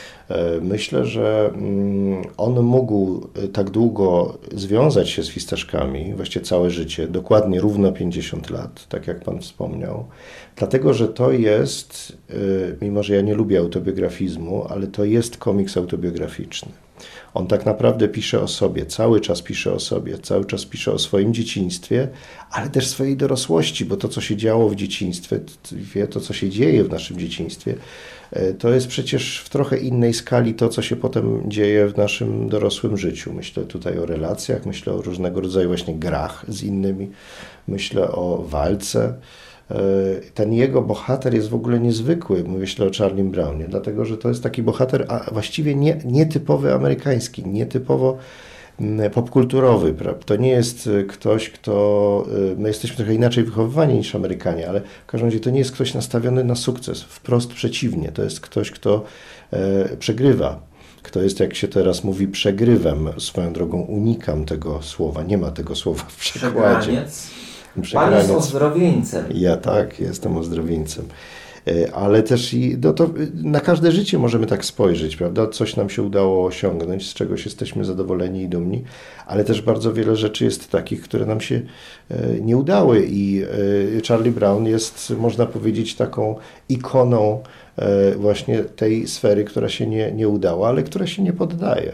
Myślę, że on mógł tak długo związać się z fistaszkami, właściwie całe życie, dokładnie równo pięćdziesiąt lat, tak jak Pan wspomniał, dlatego, że to jest, mimo że ja nie lubię autobiografizmu, ale to jest komiks autobiograficzny. On tak naprawdę pisze o sobie, cały czas pisze o sobie, cały czas pisze o swoim dzieciństwie, ale też swojej dorosłości, bo to, co się działo w dzieciństwie, to, co się dzieje w naszym dzieciństwie, to jest przecież w trochę innej skali to, co się potem dzieje w naszym dorosłym życiu. Myślę tutaj o relacjach, myślę o różnego rodzaju właśnie grach z innymi, myślę o walce. Ten jego bohater jest w ogóle niezwykły, myślę o Charlie Brownie, dlatego że to jest taki bohater a właściwie nie, nietypowy amerykański, nietypowo popkulturowy. To nie jest ktoś, kto... My jesteśmy trochę inaczej wychowywani niż Amerykanie, ale w każdym razie to nie jest ktoś nastawiony na sukces. Wprost przeciwnie. To jest ktoś, kto e, przegrywa. Kto jest, jak się teraz mówi, przegrywem. Swoją drogą unikam tego słowa. Nie ma tego słowa w przekładzie. Przegraniec. Pan jest ozdrowieńcem. Ja tak, jestem ozdrowieńcem. Ale też i no to na każde życie możemy tak spojrzeć, prawda? Coś nam się udało osiągnąć, z czegoś jesteśmy zadowoleni i dumni, ale też bardzo wiele rzeczy jest takich, które nam się nie udały i Charlie Brown jest, można powiedzieć, taką ikoną właśnie tej sfery, która się nie, nie udała, ale która się nie poddaje.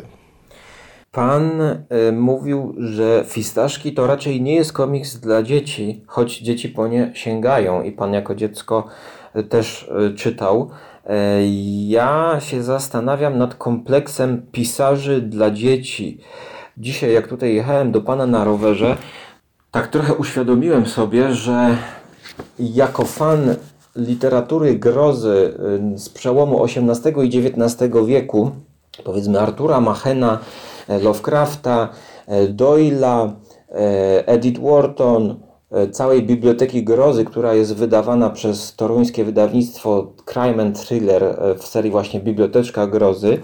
Pan y, mówił, że Fistaszki to raczej nie jest komiks dla dzieci, choć dzieci po nie sięgają i pan jako dziecko y, też y, czytał. Y, ja się zastanawiam nad kompleksem pisarzy dla dzieci. Dzisiaj jak tutaj jechałem do pana na rowerze, tak trochę uświadomiłem sobie, że jako fan literatury grozy y, z przełomu osiemnastego i dziewiętnastego wieku, powiedzmy Artura Machena, Lovecrafta, Doyle'a, Edith Wharton, całej biblioteki grozy, która jest wydawana przez toruńskie wydawnictwo Crime and Thriller w serii właśnie Biblioteczka Grozy,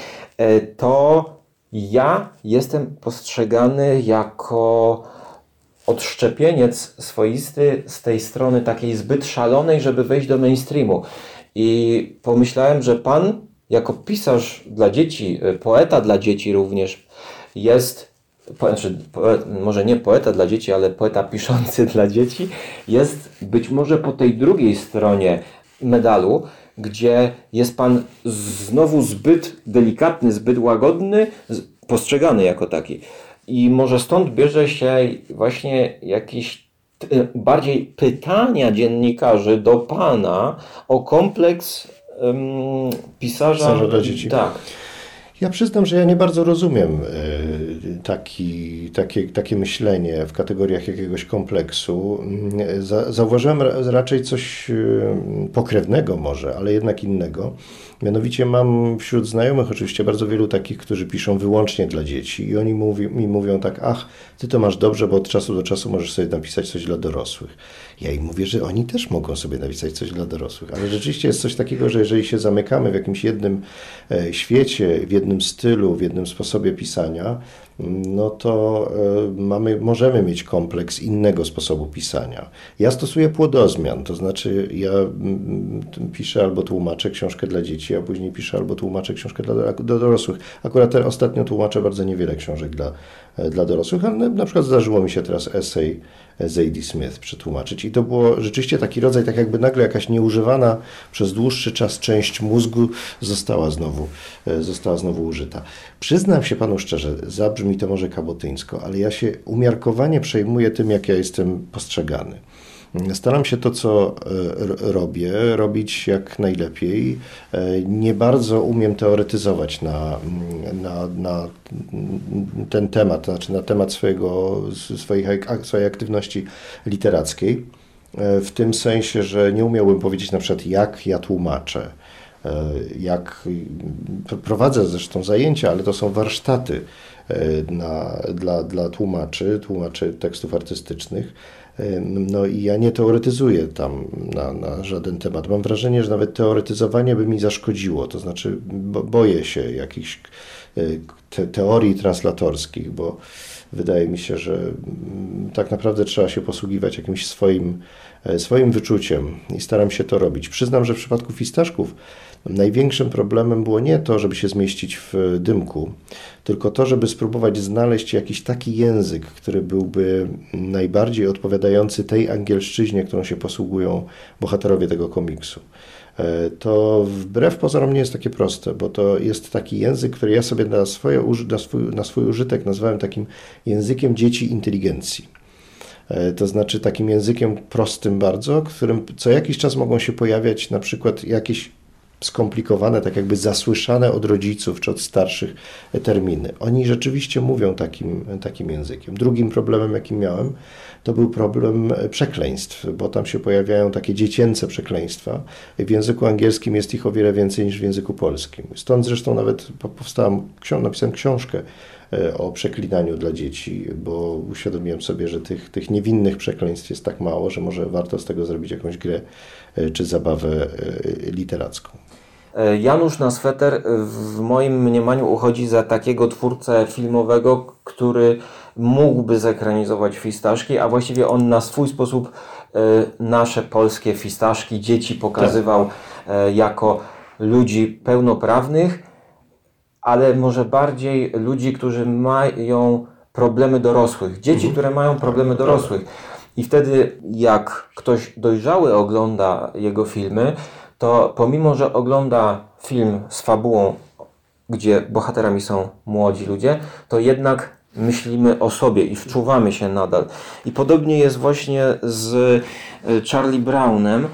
to ja jestem postrzegany jako odszczepieniec swoisty z tej strony takiej zbyt szalonej, żeby wejść do mainstreamu. I pomyślałem, że pan jako pisarz dla dzieci, poeta dla dzieci również jest, znaczy, poet, może nie poeta dla dzieci, ale poeta piszący dla dzieci, jest być może po tej drugiej stronie medalu, gdzie jest pan znowu zbyt delikatny, zbyt łagodny, postrzegany jako taki. I może stąd bierze się właśnie jakieś bardziej pytania dziennikarzy do pana o kompleks um, pisarza, pisarza dla dzieci. Tak. Ja przyznam, że ja nie bardzo rozumiem taki, takie, takie myślenie w kategoriach jakiegoś kompleksu. Zauważyłem raczej coś pokrewnego może, ale jednak innego. Mianowicie mam wśród znajomych oczywiście bardzo wielu takich, którzy piszą wyłącznie dla dzieci i oni mówi, mi mówią tak, ach, ty to masz dobrze, bo od czasu do czasu możesz sobie napisać coś dla dorosłych. Ja im mówię, że oni też mogą sobie napisać coś dla dorosłych, ale rzeczywiście jest coś takiego, że jeżeli się zamykamy w jakimś jednym świecie, w jednym stylu, w jednym sposobie pisania, no to mamy, możemy mieć kompleks innego sposobu pisania. Ja stosuję płodozmian, to znaczy ja piszę albo tłumaczę książkę dla dzieci, a później piszę albo tłumaczę książkę dla, dla dorosłych. Akurat te, ostatnio tłumaczę bardzo niewiele książek dla, dla dorosłych, ale na przykład zdarzyło mi się teraz esej Zadie Smith przetłumaczyć i to było rzeczywiście taki rodzaj, tak jakby nagle jakaś nieużywana przez dłuższy czas część mózgu została znowu, została znowu użyta. Przyznam się panu szczerze, zabrzmi to może kabotyńsko, ale ja się umiarkowanie przejmuję tym, jak ja jestem postrzegany. Staram się to, co robię, robić jak najlepiej. Nie bardzo umiem teoretyzować na, na, na ten temat, znaczy na temat swojego, swojej, swojej aktywności literackiej. W tym sensie, że nie umiałbym powiedzieć na przykład, jak ja tłumaczę. Jak prowadzę zresztą zajęcia, ale to są warsztaty na, dla, dla tłumaczy, tłumaczy tekstów artystycznych. No i ja nie teoretyzuję tam na, na żaden temat. Mam wrażenie, że nawet teoretyzowanie by mi zaszkodziło. To znaczy bo, boję się jakichś te, teorii translatorskich, bo wydaje mi się, że tak naprawdę trzeba się posługiwać jakimś swoim, swoim wyczuciem i staram się to robić. Przyznam, że w przypadku Fistaszków największym problemem było nie to, żeby się zmieścić w dymku, tylko to, żeby spróbować znaleźć jakiś taki język, który byłby najbardziej odpowiadający tej angielszczyźnie, którą się posługują bohaterowie tego komiksu. to wbrew pozorom nie jest takie proste, bo to jest taki język, który ja sobie na, swoje, na, swój, na swój użytek nazwałem takim językiem dzieci inteligencji. To znaczy takim językiem prostym bardzo, którym co jakiś czas mogą się pojawiać na przykład jakieś skomplikowane, tak jakby zasłyszane od rodziców czy od starszych terminy. Oni rzeczywiście mówią takim, takim językiem. Drugim problemem, jaki miałem, to był problem przekleństw, bo tam się pojawiają takie dziecięce przekleństwa. W języku angielskim jest ich o wiele więcej niż w języku polskim. Stąd zresztą nawet powstałam, napisałem książkę o przeklinaniu dla dzieci, bo uświadomiłem sobie, że tych, tych niewinnych przekleństw jest tak mało, że może warto z tego zrobić jakąś grę czy zabawę literacką. Janusz na sweter w moim mniemaniu uchodzi za takiego twórcę filmowego, który mógłby zekranizować fistaszki, a właściwie on na swój sposób nasze polskie fistaszki dzieci pokazywał tak. jako ludzi pełnoprawnych, ale może bardziej ludzi, którzy mają problemy dorosłych. Dzieci, mhm. które mają problemy dorosłych. I wtedy jak ktoś dojrzały ogląda jego filmy, to pomimo, że ogląda film z fabułą, gdzie bohaterami są młodzi ludzie, to jednak myślimy o sobie i wczuwamy się nadal. I podobnie jest właśnie z Charlie Brownem.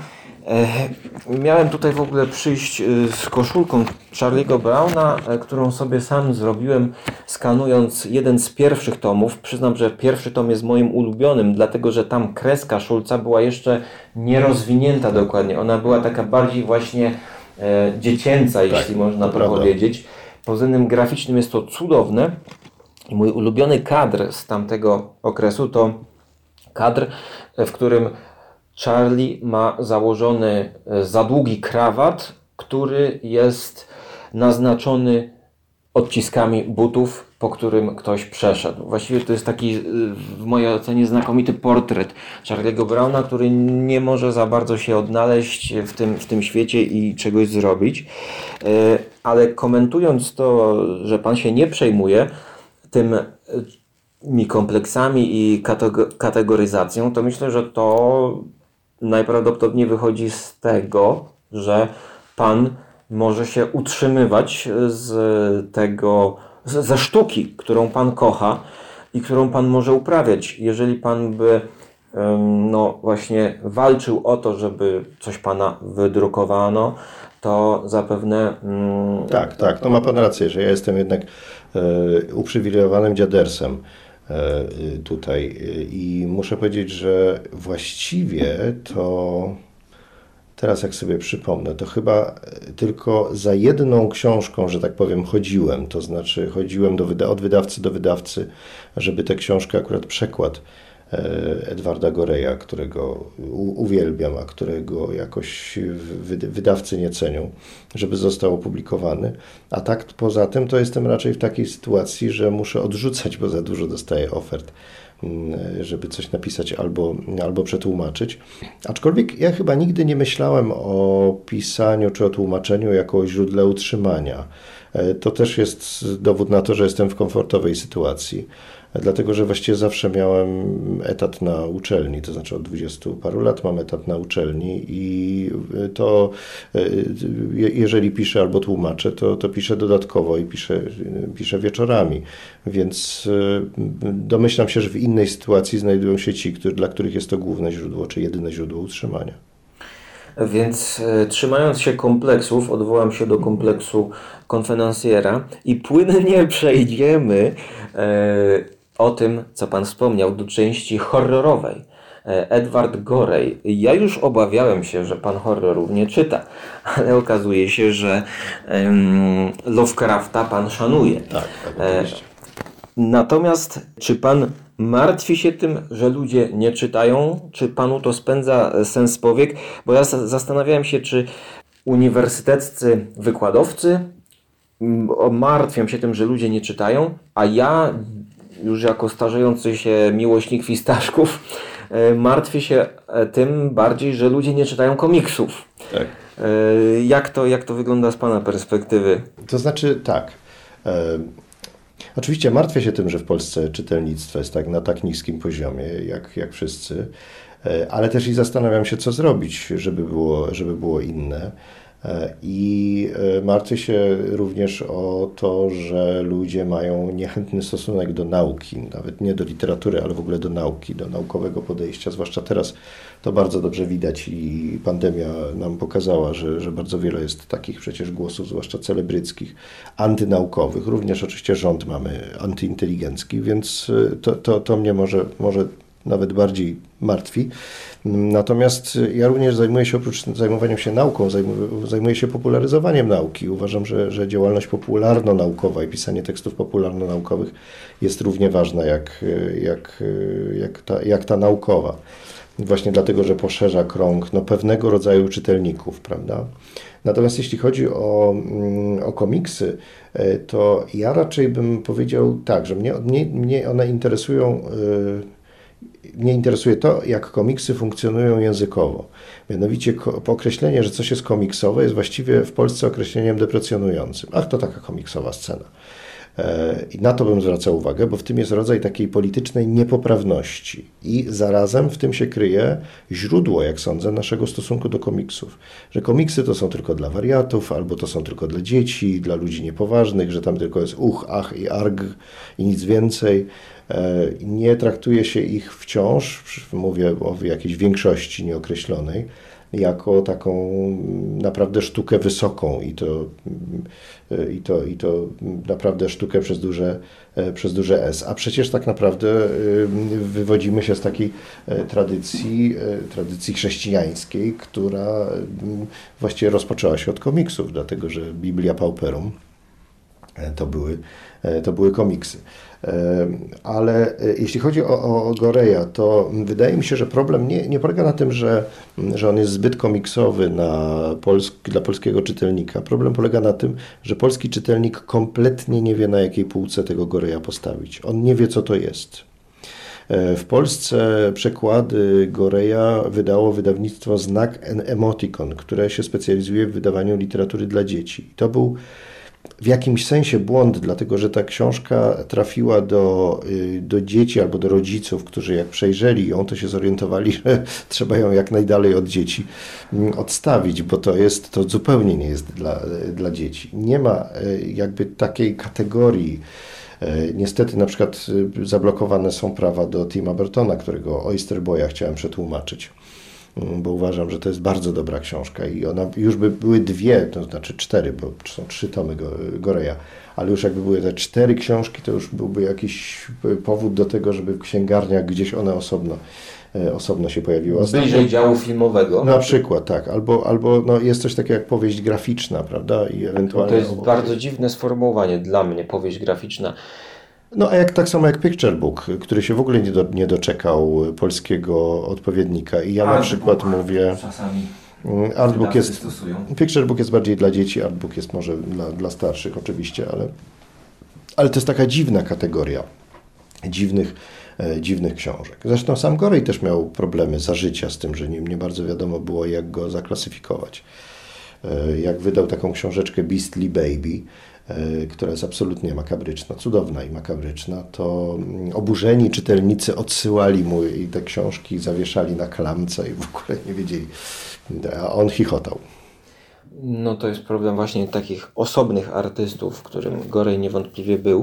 Miałem tutaj w ogóle przyjść z koszulką Charlie'ego Browna, którą sobie sam zrobiłem, skanując jeden z pierwszych tomów. Przyznam, że pierwszy tom jest moim ulubionym, dlatego że tam kreska Schulza była jeszcze nierozwinięta dokładnie. Ona była taka bardziej właśnie e, dziecięca, tak, jeśli można to prawda. powiedzieć. Pod względem graficznym jest to cudowne. I mój ulubiony kadr z tamtego okresu to kadr, w którym Charlie ma założony za długi krawat, który jest naznaczony odciskami butów, po którym ktoś przeszedł. Właściwie to jest taki, w mojej ocenie, znakomity portret Charlie'ego Browna, który nie może za bardzo się odnaleźć w tym, w tym świecie i czegoś zrobić. Ale komentując to, że pan się nie przejmuje tymi kompleksami i kategoryzacją, to myślę, że to najprawdopodobniej wychodzi z tego, że pan może się utrzymywać z tego, ze sztuki, którą pan kocha i którą pan może uprawiać. Jeżeli pan by no właśnie walczył o to, żeby coś pana wydrukowano, to zapewne... Mm, tak, tak, to ma pan rację, że ja jestem jednak e, uprzywilejowanym dziadersem tutaj i muszę powiedzieć, że właściwie to teraz jak sobie przypomnę, to chyba tylko za jedną książką, że tak powiem, chodziłem, to znaczy chodziłem do wyda- od wydawcy do wydawcy, żeby tę książkę, akurat przekład Edwarda Goreya, którego u- uwielbiam, a którego jakoś wy- wydawcy nie cenią, żeby został opublikowany. A tak poza tym to jestem raczej w takiej sytuacji, że muszę odrzucać, bo za dużo dostaję ofert, żeby coś napisać albo, albo przetłumaczyć. Aczkolwiek ja chyba nigdy nie myślałem o pisaniu czy o tłumaczeniu jako o źródle utrzymania. To też jest dowód na to, że jestem w komfortowej sytuacji. Dlatego, że właściwie zawsze miałem etat na uczelni, to znaczy od dwudziestu paru lat mam etat na uczelni i to jeżeli piszę albo tłumaczę, to, to piszę dodatkowo i piszę, piszę wieczorami, więc domyślam się, że w innej sytuacji znajdują się ci, którzy, dla których jest to główne źródło, czy jedyne źródło utrzymania. Więc e, trzymając się kompleksów, odwołam się do kompleksu konferencjera i płynnie przejdziemy e, o tym, co pan wspomniał, do części horrorowej. E, Edward Gorey. Ja już obawiałem się, że pan horrorów nie czyta, ale okazuje się, że e, Lovecrafta pan szanuje. Tak, tak, oczywiście. E, natomiast czy pan martwi się tym, że ludzie nie czytają? Czy panu to spędza sens powiek? Bo ja zastanawiałem się, czy uniwersyteccy wykładowcy martwią się tym, że ludzie nie czytają, a ja, już jako starzejący się miłośnik fistaszków, martwię się tym bardziej, że ludzie nie czytają komiksów. Tak. Jak to, jak to wygląda z pana perspektywy? To znaczy tak. Oczywiście martwię się tym, że w Polsce czytelnictwo jest tak na tak niskim poziomie, jak, jak wszyscy. ale też i zastanawiam się, co zrobić, żeby było, żeby było inne. I martwię się również o to, że ludzie mają niechętny stosunek do nauki, nawet nie do literatury, ale w ogóle do nauki, do naukowego podejścia, zwłaszcza teraz to bardzo dobrze widać i pandemia nam pokazała, że, że bardzo wiele jest takich przecież głosów, zwłaszcza celebryckich, antynaukowych, również oczywiście rząd mamy antyinteligencki, więc to, to, to mnie może, może nawet bardziej martwi. Natomiast ja również zajmuję się, oprócz zajmowania się nauką, zajmuję, zajmuję się popularyzowaniem nauki. Uważam, że, że działalność popularno-naukowa i pisanie tekstów popularno-naukowych jest równie ważna jak, jak, jak, ta, jak ta naukowa. Właśnie dlatego, że poszerza krąg no, pewnego rodzaju czytelników, prawda? Natomiast jeśli chodzi o, o komiksy, to ja raczej bym powiedział tak, że mnie, mnie, mnie one interesują... Mnie interesuje to, jak komiksy funkcjonują językowo. Mianowicie określenie, że coś jest komiksowe, jest właściwie w Polsce określeniem deprecjonującym. Ach, to taka komiksowa scena. I na to bym zwracał uwagę, bo w tym jest rodzaj takiej politycznej niepoprawności. I zarazem w tym się kryje źródło, jak sądzę, naszego stosunku do komiksów. Że komiksy to są tylko dla wariatów, albo to są tylko dla dzieci, dla ludzi niepoważnych, że tam tylko jest uch, ach i arg i nic więcej. Nie traktuje się ich wciąż, mówię o jakiejś większości nieokreślonej, jako taką naprawdę sztukę wysoką i to, i to, i to naprawdę sztukę przez duże, przez duże S. A przecież tak naprawdę wywodzimy się z takiej tradycji, tradycji chrześcijańskiej, która właściwie rozpoczęła się od komiksów, dlatego że Biblia Pauperum to były, to były komiksy. Ale jeśli chodzi o, o Goreya, to wydaje mi się, że problem nie, nie polega na tym, że, że on jest zbyt komiksowy na polsk, dla polskiego czytelnika. Problem polega na tym, że polski czytelnik kompletnie nie wie, na jakiej półce tego Goreya postawić. On nie wie, co to jest. W Polsce przekłady Goreya wydało wydawnictwo Znak Emotikon, które się specjalizuje w wydawaniu literatury dla dzieci. To był w jakimś sensie błąd, dlatego że ta książka trafiła do, do dzieci albo do rodziców, którzy jak przejrzeli ją, to się zorientowali, że trzeba ją jak najdalej od dzieci odstawić, bo to jest, to zupełnie nie jest dla, dla dzieci. Nie ma jakby takiej kategorii. Niestety na przykład zablokowane są prawa do Tima Burtona, którego Oyster Boya chciałem przetłumaczyć, bo uważam, że to jest bardzo dobra książka i ona już by były dwie, to znaczy cztery, bo są trzy tomy Goreya, ale już jakby były te cztery książki, to już byłby jakiś powód do tego, żeby w księgarniach gdzieś one osobno, osobno się pojawiły. Bliżej działu filmowego. Na przykład, tak. Albo, albo no, jest coś takiego jak powieść graficzna, prawda? I ewentualnie to jest obok... bardzo dziwne sformułowanie dla mnie, powieść graficzna. No a jak tak samo jak Picture Book, który się w ogóle nie, do, nie doczekał polskiego odpowiednika i ja na przykład mówię... Czasami Artbook jest, stosują. Picture Book jest bardziej dla dzieci, Artbook jest może dla, dla starszych oczywiście, ale, ale to jest taka dziwna kategoria dziwnych, e, dziwnych książek. Zresztą sam Gorey też miał problemy za życia z tym, że nie, nie bardzo wiadomo było, jak go zaklasyfikować. E, jak wydał taką książeczkę Beastly Baby, która jest absolutnie makabryczna, cudowna i makabryczna, to oburzeni czytelnicy odsyłali mu i te książki zawieszali na klamce i w ogóle nie wiedzieli, a on chichotał. No to jest problem właśnie takich osobnych artystów, którym Gorey niewątpliwie był.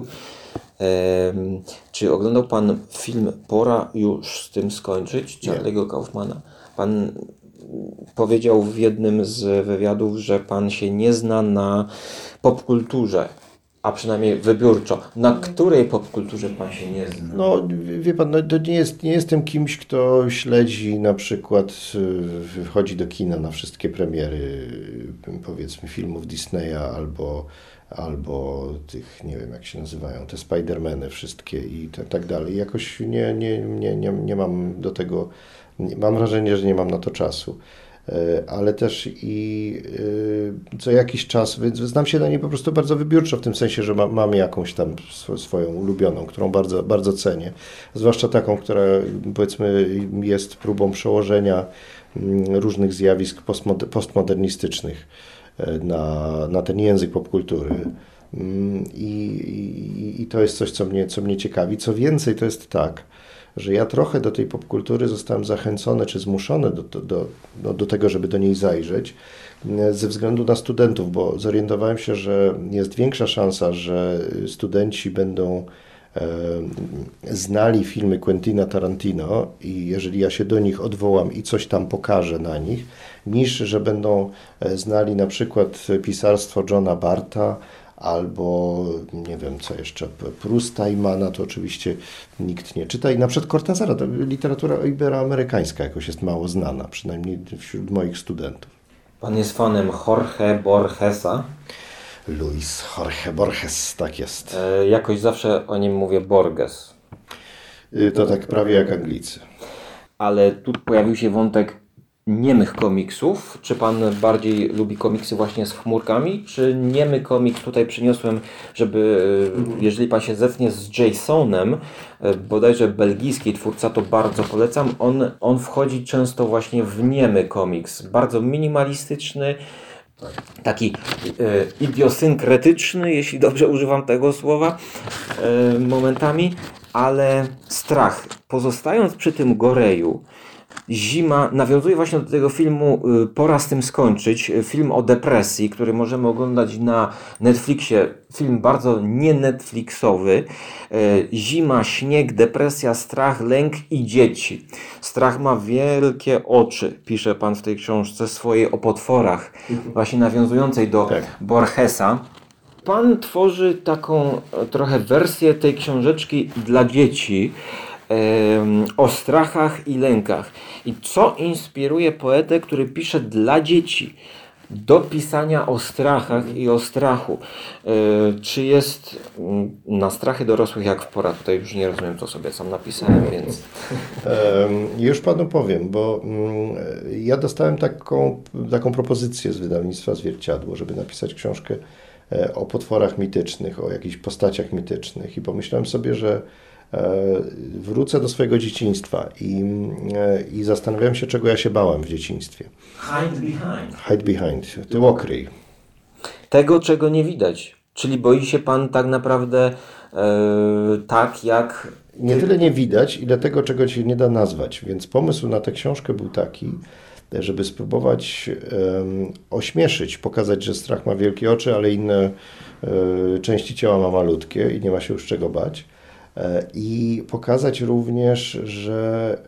Ehm, czy oglądał Pan film Pora już z tym skończyć? Charlie'ego Kaufmana. Pan powiedział w jednym z wywiadów, że Pan się nie zna na popkulturze, a przynajmniej wybiórczo. Na której popkulturze Pan się nie zna? No wie Pan, no, to nie, jest, nie jestem kimś, kto śledzi na przykład, chodzi do kina na wszystkie premiery, powiedzmy filmów Disneya albo, albo tych, nie wiem jak się nazywają, te Spider-Many wszystkie i tak, tak dalej. Jakoś nie, nie, nie, nie, nie mam do tego, mam wrażenie, że nie mam na to czasu. Ale też i co jakiś czas, więc znam się na niej po prostu bardzo wybiórczo, w tym sensie, że mam, mam jakąś tam swoją ulubioną, którą bardzo, bardzo cenię. Zwłaszcza taką, która powiedzmy jest próbą przełożenia różnych zjawisk postmodernistycznych na, na ten język popkultury. I, i, i to jest coś, co mnie, co mnie ciekawi. Co więcej, to jest tak, że ja trochę do tej popkultury zostałem zachęcony czy zmuszony do, do, do, do, do tego, żeby do niej zajrzeć ze względu na studentów, bo zorientowałem się, że jest większa szansa, że studenci będą znali filmy Quentina Tarantino i jeżeli ja się do nich odwołam i coś tam pokażę na nich, niż że będą znali na przykład pisarstwo Johna Barta albo nie wiem co jeszcze, Prusta i Mana, to oczywiście nikt nie czyta i na przykład Cortázara, to literatura iberoamerykańska jakoś jest mało znana, przynajmniej wśród moich studentów. Pan jest fanem Jorge Borgesa? Luis Jorge Borges, tak jest. E, jakoś zawsze o nim mówię Borges. To tak prawie jak Anglicy. Ale tu pojawił się wątek niemych komiksów. Czy pan bardziej lubi komiksy właśnie z chmurkami, czy niemy komiks tutaj przyniosłem, żeby, jeżeli pan się zetknie z Jasonem, bodajże belgijski twórca, to bardzo polecam. On, on wchodzi często właśnie w niemy komiks. Bardzo minimalistyczny, taki e, idiosynkretyczny, jeśli dobrze używam tego słowa, e, momentami, ale strach. Pozostając przy tym Goreju, Zima nawiązuje właśnie do tego filmu y, Pora z tym skończyć, film o depresji, który możemy oglądać na Netflixie, film bardzo nie Netflixowy. Y, Zima, śnieg, depresja, strach, lęk i dzieci. Strach ma wielkie oczy, pisze pan w tej książce swojej o potworach, właśnie nawiązującej do tak. Borgesa. Pan tworzy taką trochę wersję tej książeczki dla dzieci, o strachach i lękach. I co inspiruje poetę, który pisze dla dzieci do pisania o strachach i o strachu? Czy jest na strachy dorosłych jak w pora? Tutaj już nie rozumiem, co sobie sam napisałem, więc... Już panu powiem, bo ja dostałem taką, taką propozycję z wydawnictwa Zwierciadło, żeby napisać książkę o potworach mitycznych, o jakichś postaciach mitycznych i pomyślałem sobie, że wrócę do swojego dzieciństwa i, i zastanawiałem się, czego ja się bałem w dzieciństwie. Hide behind. Hide behind. Tył okryj. Tego, czego nie widać. Czyli boi się pan tak naprawdę e, tak jak... Nie tyle nie widać, ile tego, czego się nie da nazwać. Więc pomysł na tę książkę był taki, żeby spróbować um, ośmieszyć, pokazać, że strach ma wielkie oczy, ale inne um, części ciała ma malutkie i nie ma się już czego bać. I pokazać również, że,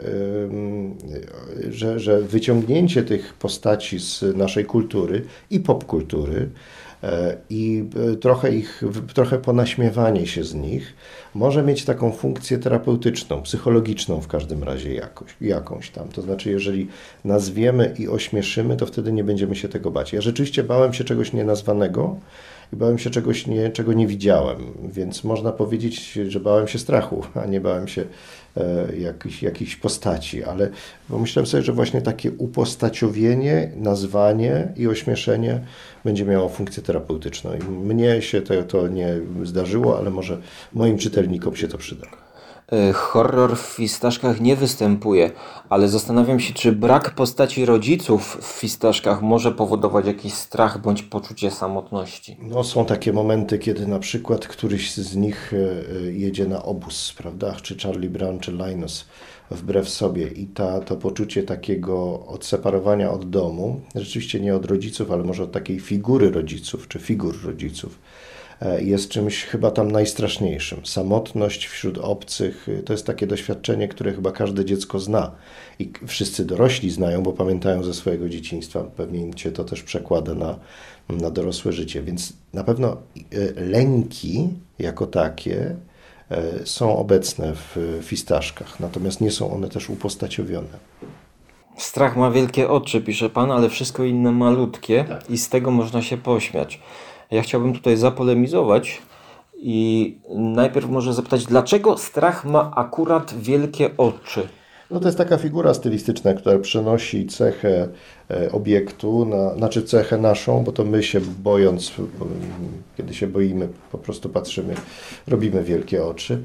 że, że wyciągnięcie tych postaci z naszej kultury i popkultury i trochę ich, trochę ponaśmiewanie się z nich może mieć taką funkcję terapeutyczną, psychologiczną w każdym razie jakoś, jakąś tam. To znaczy, jeżeli nazwiemy i ośmieszymy, to wtedy nie będziemy się tego bać. Ja rzeczywiście bałem się czegoś nienazwanego, i bałem się czegoś, nie, czego nie widziałem, więc można powiedzieć, że bałem się strachu, a nie bałem się e, jakichś, jakichś postaci, ale pomyślałem sobie, że właśnie takie upostaciowienie, nazwanie i ośmieszenie będzie miało funkcję terapeutyczną. I mnie się to, to nie zdarzyło, ale może moim czytelnikom się to przyda. Horror w Fistaszkach nie występuje, ale zastanawiam się, czy brak postaci rodziców w Fistaszkach może powodować jakiś strach bądź poczucie samotności. No, są takie momenty, kiedy na przykład któryś z nich jedzie na obóz, prawda? Czy Charlie Brown, czy Linus, wbrew sobie i ta, to poczucie takiego odseparowania od domu, rzeczywiście nie od rodziców, ale może od takiej figury rodziców, czy figur rodziców, jest czymś chyba tam najstraszniejszym. Samotność wśród obcych to jest takie doświadczenie, które chyba każde dziecko zna i wszyscy dorośli znają, bo pamiętają ze swojego dzieciństwa. Pewnie im się to też przekłada na, na dorosłe życie. Więc na pewno lęki jako takie są obecne w Fistaszkach, natomiast nie są one też upostaciowione. Strach ma wielkie oczy, pisze pan, ale wszystko inne malutkie tak. I z tego można się pośmiać. Ja chciałbym tutaj zapolemizować i najpierw może zapytać, dlaczego strach ma akurat wielkie oczy? No to jest taka figura stylistyczna, która przenosi cechę obiektu, na, znaczy cechę naszą, bo to my się bojąc, kiedy się boimy, po prostu patrzymy, robimy wielkie oczy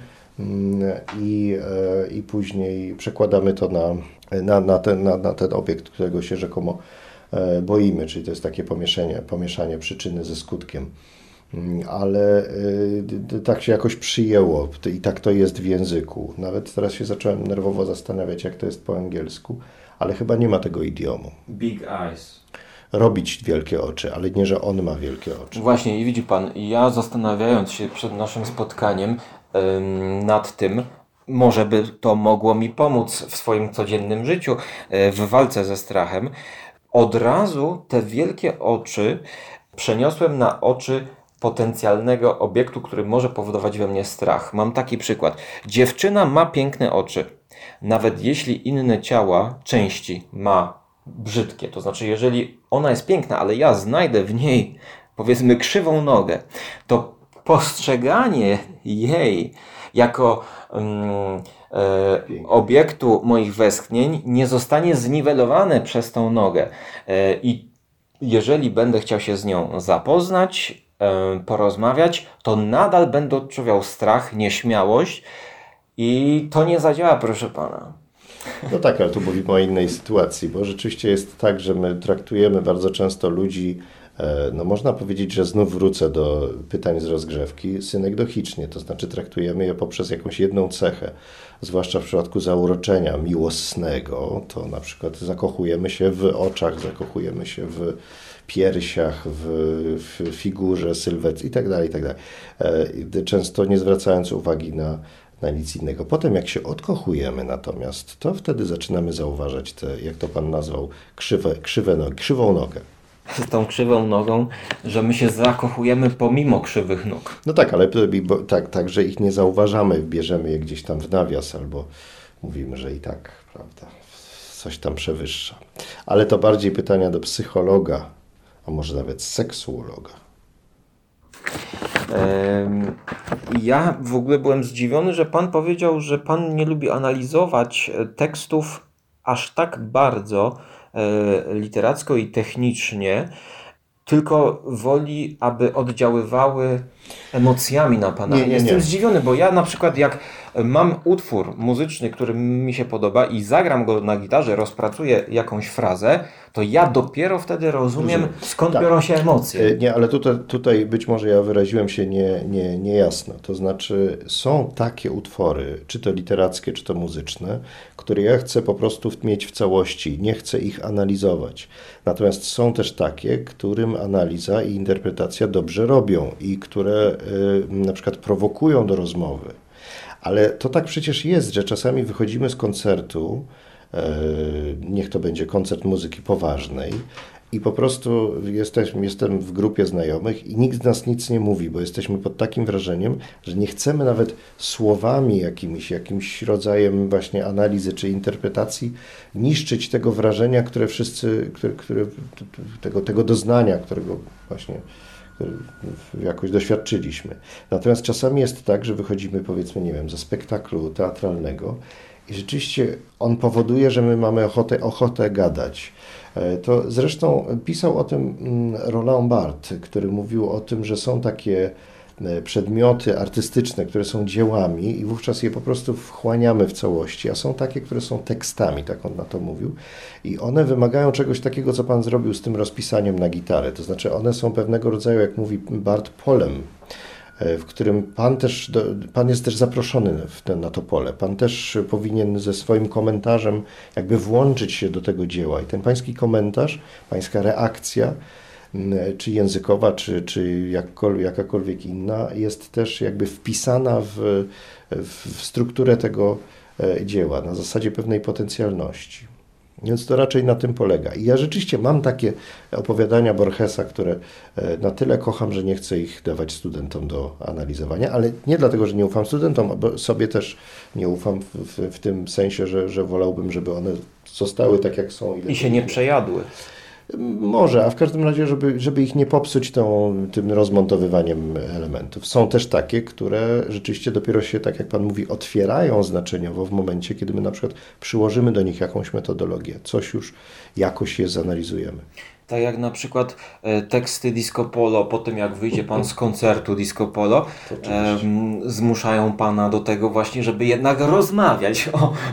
i, i później przekładamy to na, na, na, ten, na, na ten obiekt, którego się rzekomo boimy, czyli to jest takie pomieszanie, pomieszanie przyczyny ze skutkiem. ale y, tak się jakoś przyjęło i tak to jest w języku. Nawet teraz się zacząłem nerwowo zastanawiać, jak to jest po angielsku, ale chyba nie ma tego idiomu. Big eyes. Robić wielkie oczy, ale nie, że on ma wielkie oczy. Właśnie, i widzi pan, ja zastanawiając się przed naszym spotkaniem ym, nad tym, może by to mogło mi pomóc w swoim codziennym życiu, y, w walce ze strachem, od razu te wielkie oczy przeniosłem na oczy potencjalnego obiektu, który może powodować we mnie strach. Mam taki przykład. Dziewczyna ma piękne oczy. Nawet jeśli inne ciała, części ma brzydkie. To znaczy, jeżeli ona jest piękna, ale ja znajdę w niej, powiedzmy, krzywą nogę, to postrzeganie jej jako um, e, obiektu moich westchnień nie zostanie zniwelowane przez tą nogę. E, I jeżeli będę chciał się z nią zapoznać, porozmawiać, to nadal będę odczuwał strach, nieśmiałość i to nie zadziała, proszę pana. No tak, ale tu mówimy o innej sytuacji, bo rzeczywiście jest tak, że my traktujemy bardzo często ludzi, no można powiedzieć, że znów wrócę do pytań z rozgrzewki, synekdochicznie, to znaczy traktujemy je poprzez jakąś jedną cechę, zwłaszcza w przypadku zauroczenia miłosnego, to na przykład zakochujemy się w oczach, zakochujemy się w piersiach, w, w figurze, sylwetce i tak dalej, i tak dalej. Często nie zwracając uwagi na, na nic innego. Potem jak się odkochujemy natomiast, to wtedy zaczynamy zauważać te, jak to pan nazwał, krzywe, krzywe nogi, krzywą nogę. Z tą krzywą nogą, że my się zakochujemy pomimo krzywych nóg. No tak, ale bo, tak, tak, że ich nie zauważamy, bierzemy je gdzieś tam w nawias albo mówimy, że i tak, prawda, coś tam przewyższa. Ale to bardziej pytania do psychologa, a może nawet seksuologa. Ja w ogóle byłem zdziwiony, że pan powiedział, że pan nie lubi analizować tekstów aż tak bardzo literacko i technicznie, tylko woli, aby oddziaływały emocjami na pana. Nie, nie, nie. Jestem zdziwiony, bo ja na przykład jak mam utwór muzyczny, który mi się podoba i zagram go na gitarze, rozpracuję jakąś frazę, to ja dopiero wtedy rozumiem, rozumiem. skąd tak. biorą się emocje. Nie, ale tutaj, tutaj być może ja wyraziłem się nie, nie, niejasno. To znaczy są takie utwory, czy to literackie, czy to muzyczne, które ja chcę po prostu mieć w całości, nie chcę ich analizować. Natomiast są też takie, którym analiza i interpretacja dobrze robią i które y, na przykład prowokują do rozmowy. Ale to tak przecież jest, że czasami wychodzimy z koncertu, yy, niech to będzie koncert muzyki poważnej i po prostu jesteśmy, jestem w grupie znajomych i nikt z nas nic nie mówi, bo jesteśmy pod takim wrażeniem, że nie chcemy nawet słowami jakimiś, jakimś rodzajem właśnie analizy czy interpretacji niszczyć tego wrażenia, które wszyscy, które, które, tego, tego doznania, którego właśnie jakoś doświadczyliśmy. Natomiast czasami jest tak, że wychodzimy, powiedzmy, nie wiem, ze spektaklu teatralnego i rzeczywiście on powoduje, że my mamy ochotę, ochotę gadać. To zresztą pisał o tym Roland Barthes, który mówił o tym, że są takie przedmioty artystyczne, które są dziełami i wówczas je po prostu wchłaniamy w całości, a są takie, które są tekstami, tak on na to mówił. I one wymagają czegoś takiego, co pan zrobił z tym rozpisaniem na gitarę. To znaczy one są pewnego rodzaju, jak mówi Barthes, polem, w którym pan też, pan jest też zaproszony w ten, na to pole. Pan też powinien ze swoim komentarzem jakby włączyć się do tego dzieła. I ten pański komentarz, pańska reakcja, czy językowa, czy, czy jakkolwiek, jakakolwiek inna, jest też jakby wpisana w, w strukturę tego dzieła, na zasadzie pewnej potencjalności. Więc to raczej na tym polega. I ja rzeczywiście mam takie opowiadania Borgesa, które na tyle kocham, że nie chcę ich dawać studentom do analizowania, ale nie dlatego, że nie ufam studentom, bo sobie też nie ufam w, w, w tym sensie, że, że wolałbym, żeby one zostały tak, jak są. I się nie przejadły. Może, a w każdym razie, żeby, żeby ich nie popsuć tą, tym rozmontowywaniem elementów. Są też takie, które rzeczywiście dopiero się, tak jak pan mówi, otwierają znaczeniowo w momencie, kiedy my na przykład przyłożymy do nich jakąś metodologię, coś już jakoś je zanalizujemy. Tak jak na przykład e, teksty Disco Polo, po tym jak wyjdzie pan z koncertu Disco Polo, e, zmuszają pana do tego właśnie, żeby jednak rozmawiać o,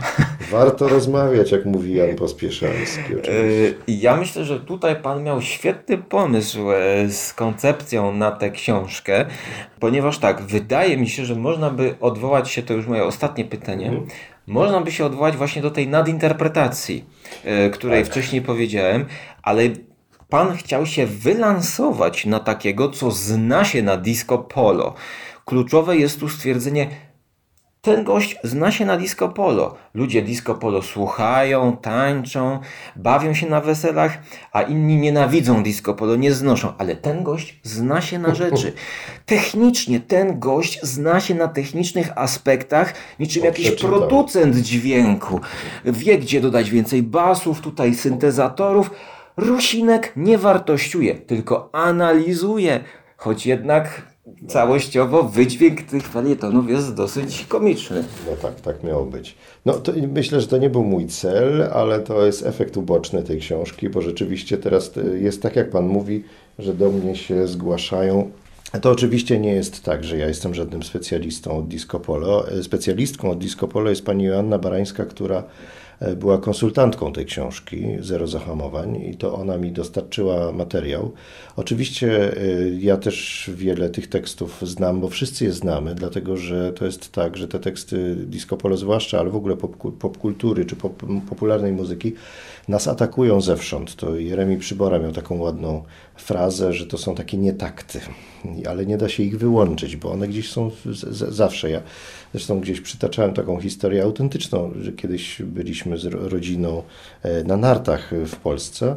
Warto rozmawiać, jak mówi Jan Pospieszalski. Oczywiście. Ja myślę, że tutaj pan miał świetny pomysł z koncepcją na tę książkę, ponieważ tak, wydaje mi się, że można by odwołać się, to już moje ostatnie pytanie, hmm. można by się odwołać właśnie do tej nadinterpretacji, której tak. wcześniej powiedziałem, ale pan chciał się wylansować na takiego, co zna się na disco polo. Kluczowe jest tu stwierdzenie, ten gość zna się na disco polo. Ludzie disco polo słuchają, tańczą, bawią się na weselach, a inni nienawidzą disco polo, nie znoszą. Ale ten gość zna się na rzeczy. Technicznie ten gość zna się na technicznych aspektach, niczym jakiś producent dźwięku. Wie, gdzie dodać więcej basów, tutaj syntezatorów. Rusinek nie wartościuje, tylko analizuje, choć jednak całościowo wydźwięk tych felietonów jest dosyć komiczny. No tak, tak miało być. No to myślę, że to nie był mój cel, ale to jest efekt uboczny tej książki, bo rzeczywiście teraz jest tak, jak pan mówi, że do mnie się zgłaszają. To oczywiście nie jest tak, że ja jestem żadnym specjalistą od disco polo. Specjalistką od disco polo jest pani Joanna Barańska, która była konsultantką tej książki, Zero Zahamowań, i to ona mi dostarczyła materiał. Oczywiście ja też wiele tych tekstów znam, bo wszyscy je znamy, dlatego że to jest tak, że te teksty disco polo zwłaszcza, ale w ogóle pop, popkultury czy pop, popularnej muzyki nas atakują zewsząd. To Jeremi Przybora miał taką ładną frazę, że to są takie nietakty, ale nie da się ich wyłączyć, bo one gdzieś są z, z, zawsze. Ja zresztą gdzieś przytaczałem taką historię autentyczną, że kiedyś byliśmy z rodziną na nartach w Polsce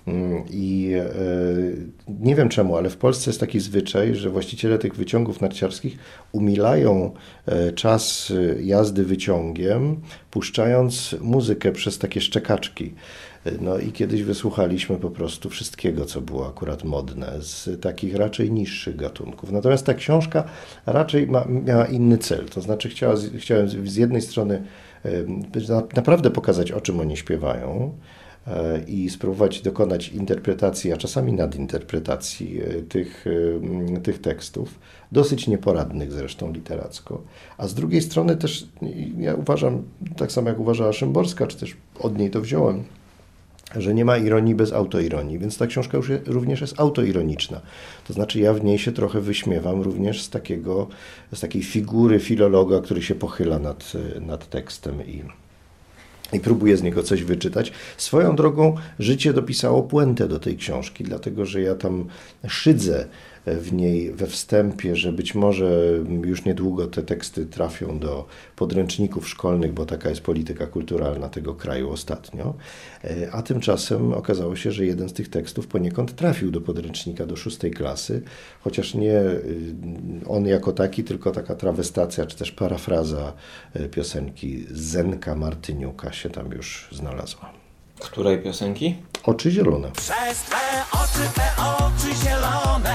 i nie wiem czemu, ale w Polsce jest taki zwyczaj, że właściciele tych wyciągów narciarskich umilają czas jazdy wyciągiem, puszczając muzykę przez takie szczekaczki. No i kiedyś wysłuchaliśmy po prostu wszystkiego, co było akurat modne, z takich raczej niższych gatunków. Natomiast ta książka raczej ma, miała inny cel, to znaczy chciała, chciałem z jednej strony naprawdę pokazać, o czym oni śpiewają, i spróbować dokonać interpretacji, a czasami nadinterpretacji tych, tych tekstów, dosyć nieporadnych zresztą literacko. A z drugiej strony też ja uważam, tak samo jak uważała Szymborska, czy też od niej to wziąłem, że nie ma ironii bez autoironii, więc ta książka już je, również jest autoironiczna. To znaczy ja w niej się trochę wyśmiewam również z takiego, z takiej figury filologa, który się pochyla nad, nad tekstem i I próbuję z niego coś wyczytać. Swoją drogą życie dopisało puentę do tej książki, dlatego że ja tam szydzę w niej we wstępie, że być może już niedługo te teksty trafią do podręczników szkolnych, bo taka jest polityka kulturalna tego kraju ostatnio. A tymczasem okazało się, że jeden z tych tekstów poniekąd trafił do podręcznika do szóstej klasy, chociaż nie on jako taki, tylko taka trawestacja, czy też parafraza piosenki Zenka Martyniuka się tam już znalazła. Której piosenki? Oczy zielone. Przez twe oczy, te oczy zielone,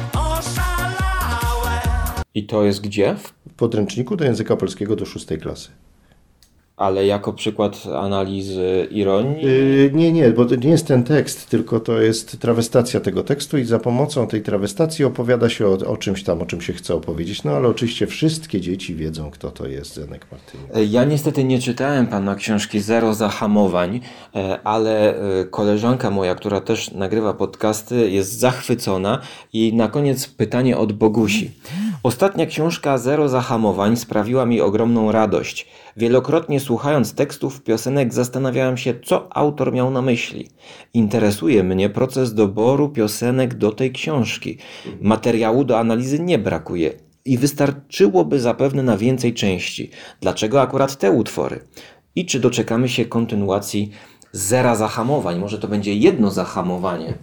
oszalałe. I to jest gdzie? W podręczniku do języka polskiego do szóstej klasy. Ale jako przykład analizy ironii? Yy, nie, nie, bo to nie jest ten tekst, tylko to jest trawestacja tego tekstu i za pomocą tej trawestacji opowiada się o, o czymś tam, o czym się chce opowiedzieć. No ale oczywiście wszystkie dzieci wiedzą, kto to jest Zenek Martyniuk. Ja niestety nie czytałem pana książki Zero Zahamowań, ale koleżanka moja, która też nagrywa podcasty, jest zachwycona. I na koniec pytanie od Bogusi. Ostatnia książka Zero Zahamowań sprawiła mi ogromną radość. Wielokrotnie słuchając tekstów piosenek zastanawiałem się, co autor miał na myśli. Interesuje mnie proces doboru piosenek do tej książki. Materiału do analizy nie brakuje i wystarczyłoby zapewne na więcej części. Dlaczego akurat te utwory? I czy doczekamy się kontynuacji Zera Zahamowań? Może to będzie jedno zahamowanie?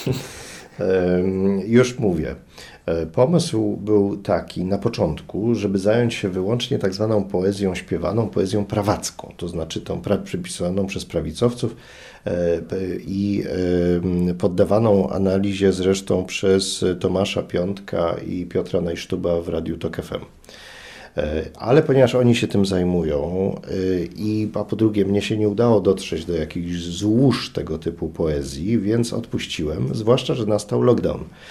Już mówię. Pomysł był taki na początku, żeby zająć się wyłącznie tak zwaną poezją śpiewaną, poezją prawacką, to znaczy tą pra- przypisaną przez prawicowców i poddawaną analizie zresztą przez Tomasza Piątka i Piotra Najsztuba w Radiu Tok F M. Ale ponieważ oni się tym zajmują i a po drugie mnie się nie udało dotrzeć do jakichś złóż tego typu poezji, więc odpuściłem, zwłaszcza, że nastał lockdown.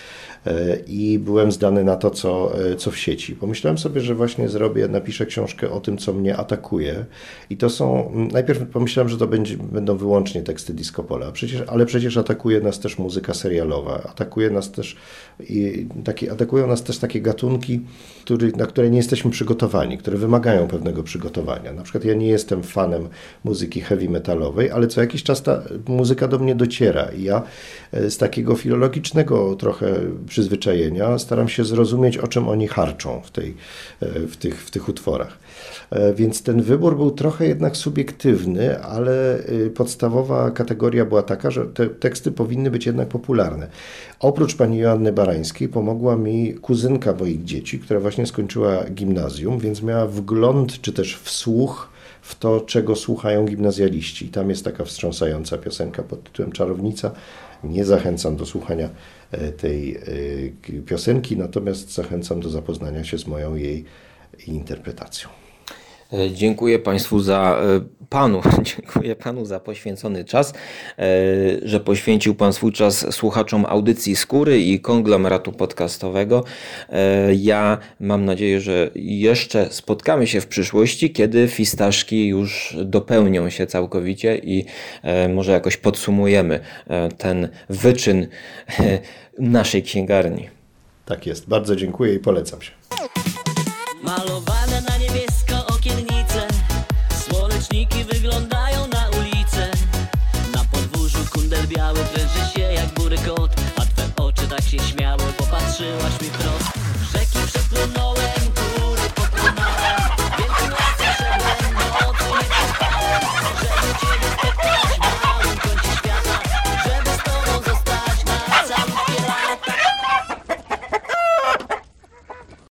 i byłem zdany na to, co, co w sieci. Pomyślałem sobie, że właśnie zrobię, napiszę książkę o tym, co mnie atakuje i to są, najpierw pomyślałem, że to będzie, będą wyłącznie teksty disco polo, przecież, ale przecież atakuje nas też muzyka serialowa, atakuje nas też i takie, atakują nas też takie gatunki, który, na które nie jesteśmy przygotowani, które wymagają pewnego przygotowania. Na przykład ja nie jestem fanem muzyki heavy metalowej, ale co jakiś czas ta muzyka do mnie dociera i ja z takiego filologicznego trochę przyzwyczajenia staram się zrozumieć, o czym oni harczą w, tej, w, tych, w tych utworach. Więc ten wybór był trochę jednak subiektywny, ale podstawowa kategoria była taka, że te teksty powinny być jednak popularne. Oprócz pani Joanny Barańskiej pomogła mi kuzynka moich dzieci, która właśnie skończyła gimnazjum, więc miała wgląd czy też wsłuch w to, czego słuchają gimnazjaliści. I tam jest taka wstrząsająca piosenka pod tytułem Czarownica. Nie zachęcam do słuchania tej piosenki, natomiast zachęcam do zapoznania się z moją jej interpretacją. Dziękuję Państwu za Panu, dziękuję Panu za poświęcony czas, że poświęcił Pan swój czas słuchaczom audycji Skóry i konglomeratu podcastowego. Ja mam nadzieję, że jeszcze spotkamy się w przyszłości, kiedy fistaszki już dopełnią się całkowicie i może jakoś podsumujemy ten wyczyn naszej księgarni. Tak jest, bardzo dziękuję i polecam się. Malowane na